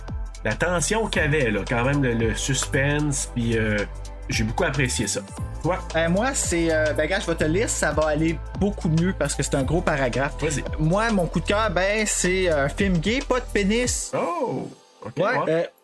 la tension qu'il y avait, là, quand même, le, le suspense. Puis euh, j'ai beaucoup apprécié ça. Toi? Euh, moi, c'est... Euh, ben, gars, je vais te lire, ça va aller beaucoup mieux parce que c'est un gros paragraphe. Vas-y. Moi, mon coup de cœur, ben, c'est un film gay, pas de pénis. Oh! OK. Ouais. Euh,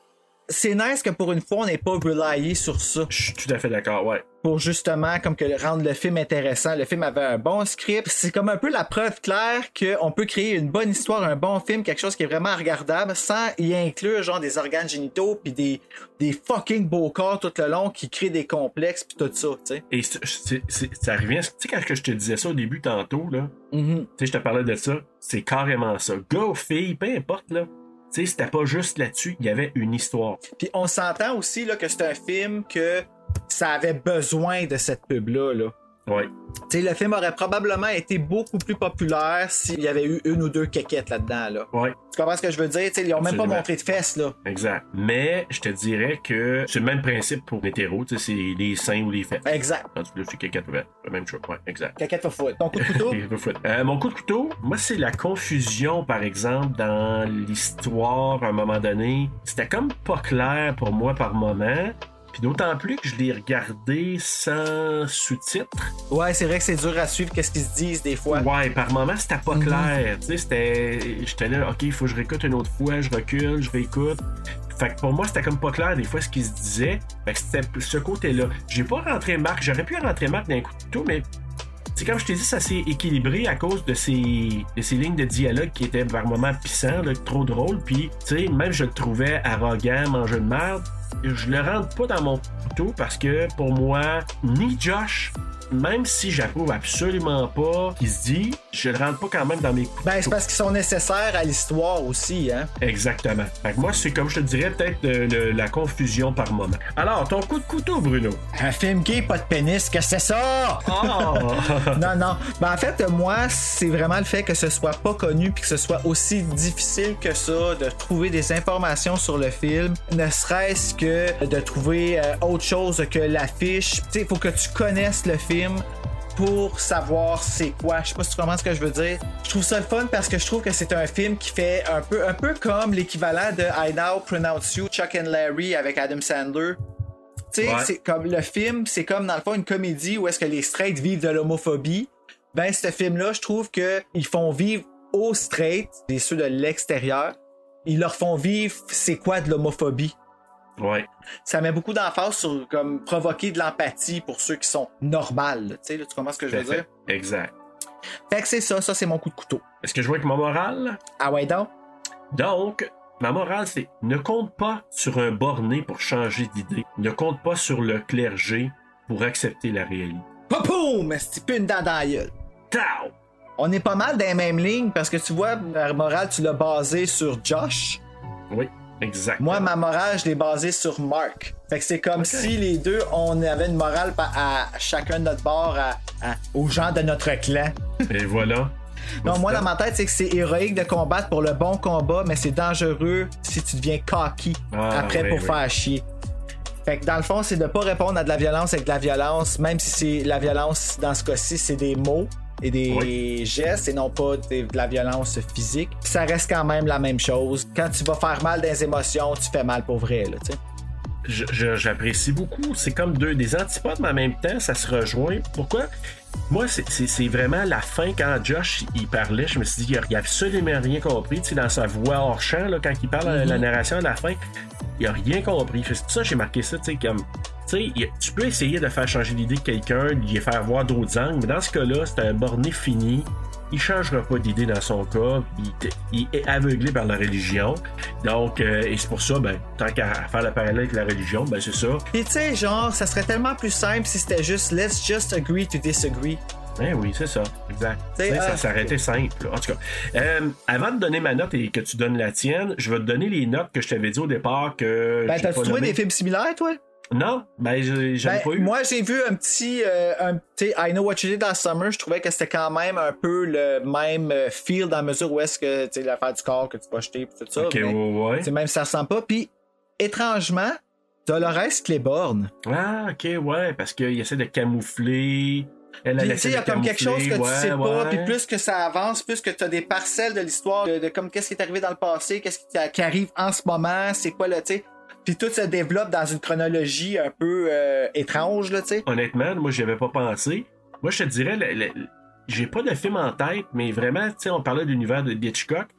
c'est nice que pour une fois, on n'ait pas relié sur ça. Je suis tout à fait d'accord, ouais. Pour justement, comme que rendre le film intéressant. Le film avait un bon script. C'est comme un peu la preuve claire qu'on peut créer une bonne histoire, un bon film, quelque chose qui est vraiment regardable, sans y inclure genre des organes génitaux puis des, des fucking beaux corps tout le long qui créent des complexes puis tout ça, tu sais. Et c'est, c'est, c'est, ça revient, tu sais, quand je te disais ça au début tantôt, là, mm-hmm. tu sais, je te parlais de ça, c'est carrément ça. Gars ou fille, peu importe, là. Tu sais, c'était pas juste là-dessus, il y avait une histoire. Puis on s'entend aussi là, que c'est un film que ça avait besoin de cette pub-là. Là. Ouais. Tu sais, le film aurait probablement été beaucoup plus populaire s'il y avait eu une ou deux quéquettes là-dedans. Là. Ouais. Tu comprends ce que je veux dire? T'sais, ils ont Absolument. Même pas montré de fesses. Là. Exact. Mais je te dirais que c'est le même principe pour l'hétéro. C'est les seins ou les fesses. Exact. Quand tu le fais quéquette, ouais, la même chose. Ouais, exact. Quéquette for foot. Ton coup de couteau? euh, mon coup de couteau, moi, c'est la confusion, par exemple, dans l'histoire à un moment donné. C'était comme pas clair pour moi par moment. Puis d'autant plus que je l'ai regardé sans sous-titres. Ouais, c'est vrai que c'est dur à suivre qu'est-ce qu'ils se disent des fois. Ouais, par moments, c'était pas mm-hmm. clair. Tu sais, c'était... J'étais là, OK, il faut que je réécoute une autre fois, je recule, je réécoute. Fait que pour moi, c'était comme pas clair des fois ce qui se disait. Fait que c'était ce côté-là. J'ai pas rentré Marc. J'aurais pu rentrer Marc d'un coup de couteau, mais... C'est comme je t'ai dit, ça s'est équilibré à cause de ces, de ces lignes de dialogue qui étaient par moments pissants, là, trop drôles. Puis, tu sais, même je le trouvais arrogant, mangeur de merde. Je le rentre pas dans mon couteau parce que pour moi, ni Josh, même si j'approuve absolument pas qu'il se dit, je le rentre pas quand même dans mes couteaux. Ben, c'est parce qu'ils sont nécessaires à l'histoire aussi, hein? Exactement. Fait que moi, c'est comme je te dirais, peut-être le, le, la confusion par moment. Alors, ton coup de couteau, Bruno? Un film gay, pas de pénis, que c'est ça? Oh! non, non. Ben, en fait, moi, c'est vraiment le fait que ce soit pas connu puis que ce soit aussi difficile que ça de trouver des informations sur le film, ne serait-ce que de trouver euh, autre chose que l'affiche. Tu sais, il faut que tu connaisses le film pour savoir c'est quoi. Je sais pas si tu comprends ce que je veux dire. Je trouve ça le fun parce que je trouve que c'est un film qui fait un peu, un peu comme l'équivalent de I Now Pronounce You, Chuck and Larry avec Adam Sandler. Tu sais, ouais. C'est comme le film, c'est comme dans le fond une comédie où est-ce que les straights vivent de l'homophobie. Ben, ce film-là, je trouve que ils font vivre aux straights, et ceux de l'extérieur, ils leur font vivre c'est quoi de l'homophobie. Ouais. Ça met beaucoup d'emphase sur comme provoquer de l'empathie pour ceux qui sont normales. Tu sais, là, tu comprends ce que je veux dire? Exact. Fait que c'est ça, ça c'est mon coup de couteau. Est-ce que je vois avec ma morale? Ah ouais donc? Donc, ma morale c'est ne compte pas sur un borné pour changer d'idée. Ne compte pas sur le clergé pour accepter la réalité. Popoum! Mais c'est plus une dent dans la gueule. Tao! On est pas mal dans les mêmes lignes parce que tu vois, la morale, tu l'as basée sur Josh. Oui. Exact. Moi, ma morale, je l'ai basée sur Mark. Fait que c'est comme okay. si les deux, on avait une morale à, à chacun de notre bord, à, à, aux gens de notre clan. Et voilà. Non, moi, dans ma tête, c'est que c'est héroïque de combattre pour le bon combat, mais c'est dangereux si tu deviens cocky ah, après oui, pour oui. faire chier. Fait que dans le fond, c'est de pas répondre à de la violence avec de la violence, même si c'est la violence, dans ce cas-ci, c'est des mots et des oui. gestes et non pas de la violence physique. Ça reste quand même la même chose. Quand tu vas faire mal dans les émotions, tu fais mal pour vrai, là, tu sais. Je, je, j'apprécie beaucoup. C'est comme deux des antipodes, mais en même temps, ça se rejoint. Pourquoi? Moi, c'est, c'est, c'est vraiment la fin, quand Josh il parlait, je me suis dit, il a absolument rien compris. Tu sais, dans sa voix hors champ, là, quand il parle mm-hmm. la narration à la fin, il a rien compris. C'est pour ça que j'ai marqué ça, tu sais, comme... Tu sais, tu peux essayer de faire changer l'idée de quelqu'un, de lui faire voir d'autres angles, mais dans ce cas-là, c'est un borné fini. Il changera pas d'idée dans son cas. Il, il est aveuglé par la religion. Donc, euh, et c'est pour ça, ben, tant qu'à faire le parallèle avec la religion, ben, c'est ça. Et tu sais, genre, ça serait tellement plus simple si c'était juste « Let's just agree to disagree ». Eh oui, c'est ça, exact. Euh, ça s'arrêtait simple. En tout cas, euh, avant de donner ma note et que tu donnes la tienne, je vais te donner les notes que je t'avais dit au départ que. Ben, t'as-tu trouvé des films similaires, toi? Non, ben j'en ai ben, pas eu. Moi, j'ai vu un petit, euh, un petit I Know What You Did Last Summer. Je trouvais que c'était quand même un peu le même feel dans la mesure où est-ce que, tu sais, l'affaire du corps que tu vas jeter et tout ça. Ok, mais, ouais. ouais. Même si ça ressemble pas. Puis, étrangement, Dolores Claiborne. Ah, ok, ouais, parce qu'il essaie de camoufler. Elle a il y a comme quelque chose que ouais, tu sais ouais. pas, puis plus que ça avance, plus que tu as des parcelles de l'histoire de, de comme qu'est-ce qui est arrivé dans le passé, qu'est-ce qui, qui arrive en ce moment, c'est quoi là, tu sais. Puis tout se développe dans une chronologie un peu euh, étrange, là, tu sais. Honnêtement, moi, j'y avais pas pensé. Moi, je te dirais, le, le, j'ai pas de film en tête, mais vraiment, tu sais, on parlait de l'univers de Hitchcock.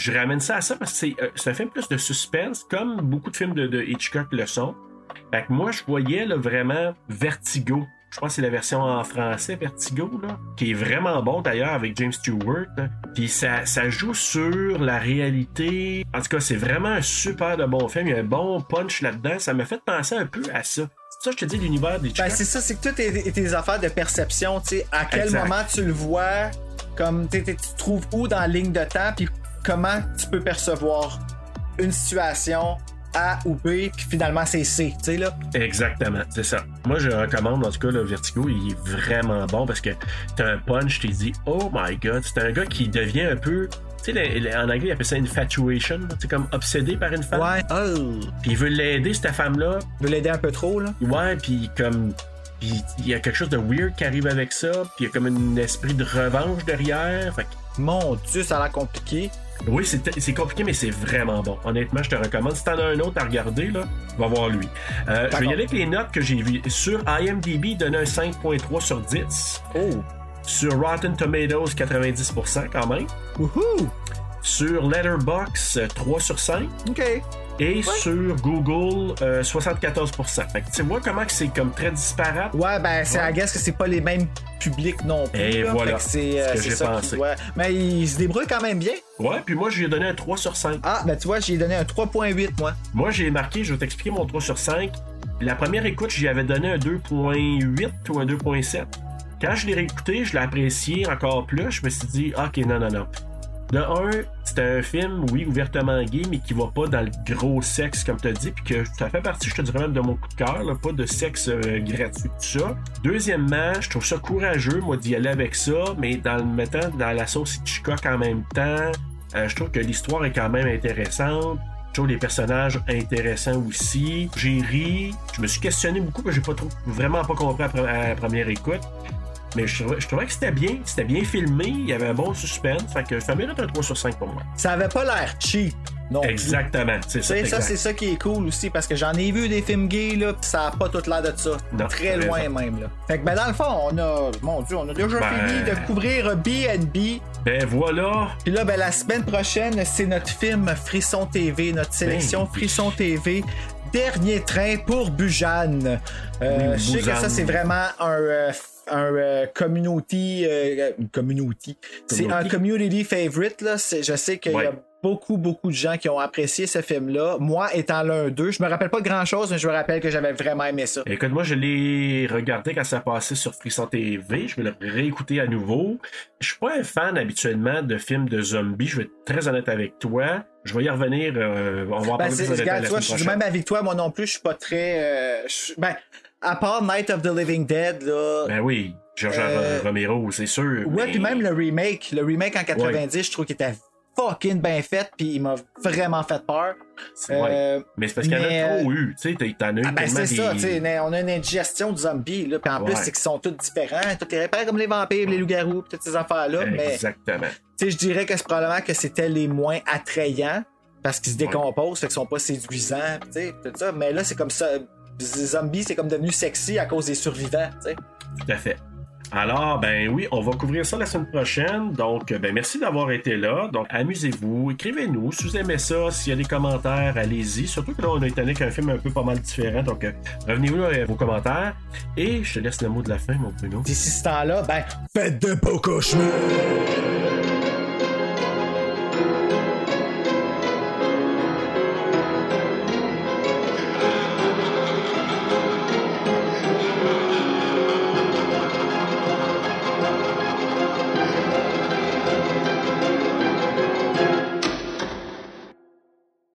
je ramène ça à ça parce que c'est, euh, c'est un film plus de suspense, comme beaucoup de films de, de Hitchcock le sont. Fait que moi, je voyais là, vraiment Vertigo. Je pense que c'est la version en français, Vertigo, là, qui est vraiment bon d'ailleurs avec James Stewart. Là. Puis ça, ça joue sur la réalité. En tout cas, c'est vraiment un super de bon film. Il y a un bon punch là-dedans. Ça m'a fait penser un peu à ça. C'est ça, je te dis, l'univers des Hitchcock. Ben, c'est ça, c'est que tout est tes affaires de perception. Tu sais, à quel exact. moment tu le vois, comme tu te trouves où dans la ligne de temps, puis comment tu peux percevoir une situation A ou B, puis finalement c'est C, tu sais là. Exactement, c'est ça. Moi, je recommande, en tout cas, le Vertigo, il est vraiment bon parce que t'as un punch, t'es dit, oh my god, c'est un gars qui devient un peu, tu sais, en anglais, il appelle ça infatuation, c'est comme obsédé par une femme. Ouais. Oh. Puis il veut l'aider, cette femme-là. Il veut l'aider un peu trop, là. Ouais, puis comme... Puis il y a quelque chose de weird qui arrive avec ça, puis il y a comme un esprit de revanche derrière. Fait que... Mon Dieu, ça a l'air compliqué. Oui, c'est, c'est compliqué, mais c'est vraiment bon. Honnêtement, je te recommande. Si t'en as un autre à regarder, là, va voir lui. Euh, je vais y aller avec les notes que j'ai vues. Sur IMDb, il donne un cinq virgule trois sur dix. Oh! Sur Rotten Tomatoes, quatre-vingt-dix pour cent quand même. Wouhou! Sur Letterboxd, trois sur cinq. OK. Et ouais. sur Google, euh, soixante-quatorze pour cent. Fait que tu vois comment que c'est comme très disparate. Ouais, ben, c'est, ouais. I guess que c'est pas les mêmes publics non plus. Et là. voilà. Fait que c'est, ce que c'est j'ai ça pensé. qui doit... Mais il se débrouille quand même bien. Ouais, puis moi, je lui ai donné un trois sur cinq. Ah, ben, tu vois, j'ai donné un trois virgule huit, moi. Moi, j'ai marqué, je vais t'expliquer mon trois sur cinq. La première écoute, j'y avais donné un deux virgule huit ou un deux virgule sept. Quand je l'ai réécouté, je l'ai apprécié encore plus. Je me suis dit, OK, non, non, non. De un, c'est un film, oui, ouvertement gay, mais qui va pas dans le gros sexe, comme tu as dit, puis que ça fait partie, je te dirais même, de mon coup de cœur, là, pas de sexe euh, gratuit, tout ça. Deuxièmement, je trouve ça courageux, moi, d'y aller avec ça, mais dans le mettant dans la sauce Hitchcock en même temps, euh, je trouve que l'histoire est quand même intéressante. Je trouve les personnages intéressants aussi. J'ai ri, je me suis questionné beaucoup, parce que j'ai pas trop, vraiment pas compris à la première écoute. Mais je trouvais, je trouvais que c'était bien, c'était bien filmé, il y avait un bon suspense, fait que ça mérite un trois sur cinq pour moi. Ça avait pas l'air cheap, non. Exactement, c'est ça. C'est ça, c'est ça qui est cool aussi, parce que j'en ai vu des films gays, là, pis ça a pas tout l'air de ça. Non, très loin raison. même, là. Fait que, ben, dans le fond, on a, mon Dieu, on a déjà ben... fini de couvrir B and B. Ben voilà. Puis là, ben, la semaine prochaine, c'est notre film Frisson T V, notre sélection ben, Frisson T V. Dernier train pour Bujan. Euh, oui, je sais que ça, c'est vraiment un... Euh, un euh, community euh, community c'est un community favorite là. C'est, je sais qu'il ouais. y a beaucoup beaucoup de gens qui ont apprécié ce film là, moi étant l'un d'eux. Je me rappelle pas grand chose, mais je me rappelle que j'avais vraiment aimé ça. Écoute, moi je l'ai regardé quand ça passait sur Frisson T V, je vais le réécouter à nouveau. Je suis pas un fan habituellement de films de zombies, je vais être très honnête avec toi. Je vais y revenir, euh, on va en ben, parler plus en détail la toi, semaine je suis même avec toi, moi non plus, je suis pas très euh, je, ben à part Night of the Living Dead, là. Ben oui, George euh, Romero, c'est sûr. Ouais, mais... puis même le remake, le remake en quatre-vingt-dix, ouais. Je trouve qu'il était fucking bien fait, puis il m'a vraiment fait peur. C'est euh, ouais. Mais c'est parce qu'il y en a trop eu, tu sais, t'en as eu ah, ben tellement c'est des... ça, tu sais, on a une indigestion de zombies, là, puis en plus, ouais. c'est qu'ils sont tous différents, tous les repères comme les vampires, les loups-garous, toutes ces affaires-là. Exactement. Mais, tu sais, je dirais que c'est probablement que c'était les moins attrayants, parce qu'ils se décomposent, ouais. Fait qu'ils sont pas séduisants, tu sais, tout ça. Mais là, c'est comme ça. Les zombies, c'est comme devenu sexy à cause des survivants, tu sais. Tout à fait. Alors, ben oui, on va couvrir ça la semaine prochaine. Donc, ben merci d'avoir été là. Donc, amusez-vous, écrivez-nous. Si vous aimez ça, s'il y a des commentaires, allez-y. Surtout que là, on a été avec un film un peu pas mal différent. Donc, euh, revenez-vous avec vos commentaires. Et je te laisse le mot de la fin, mon Bruno. D'ici ce temps-là, ben, faites de beaux cauchemars!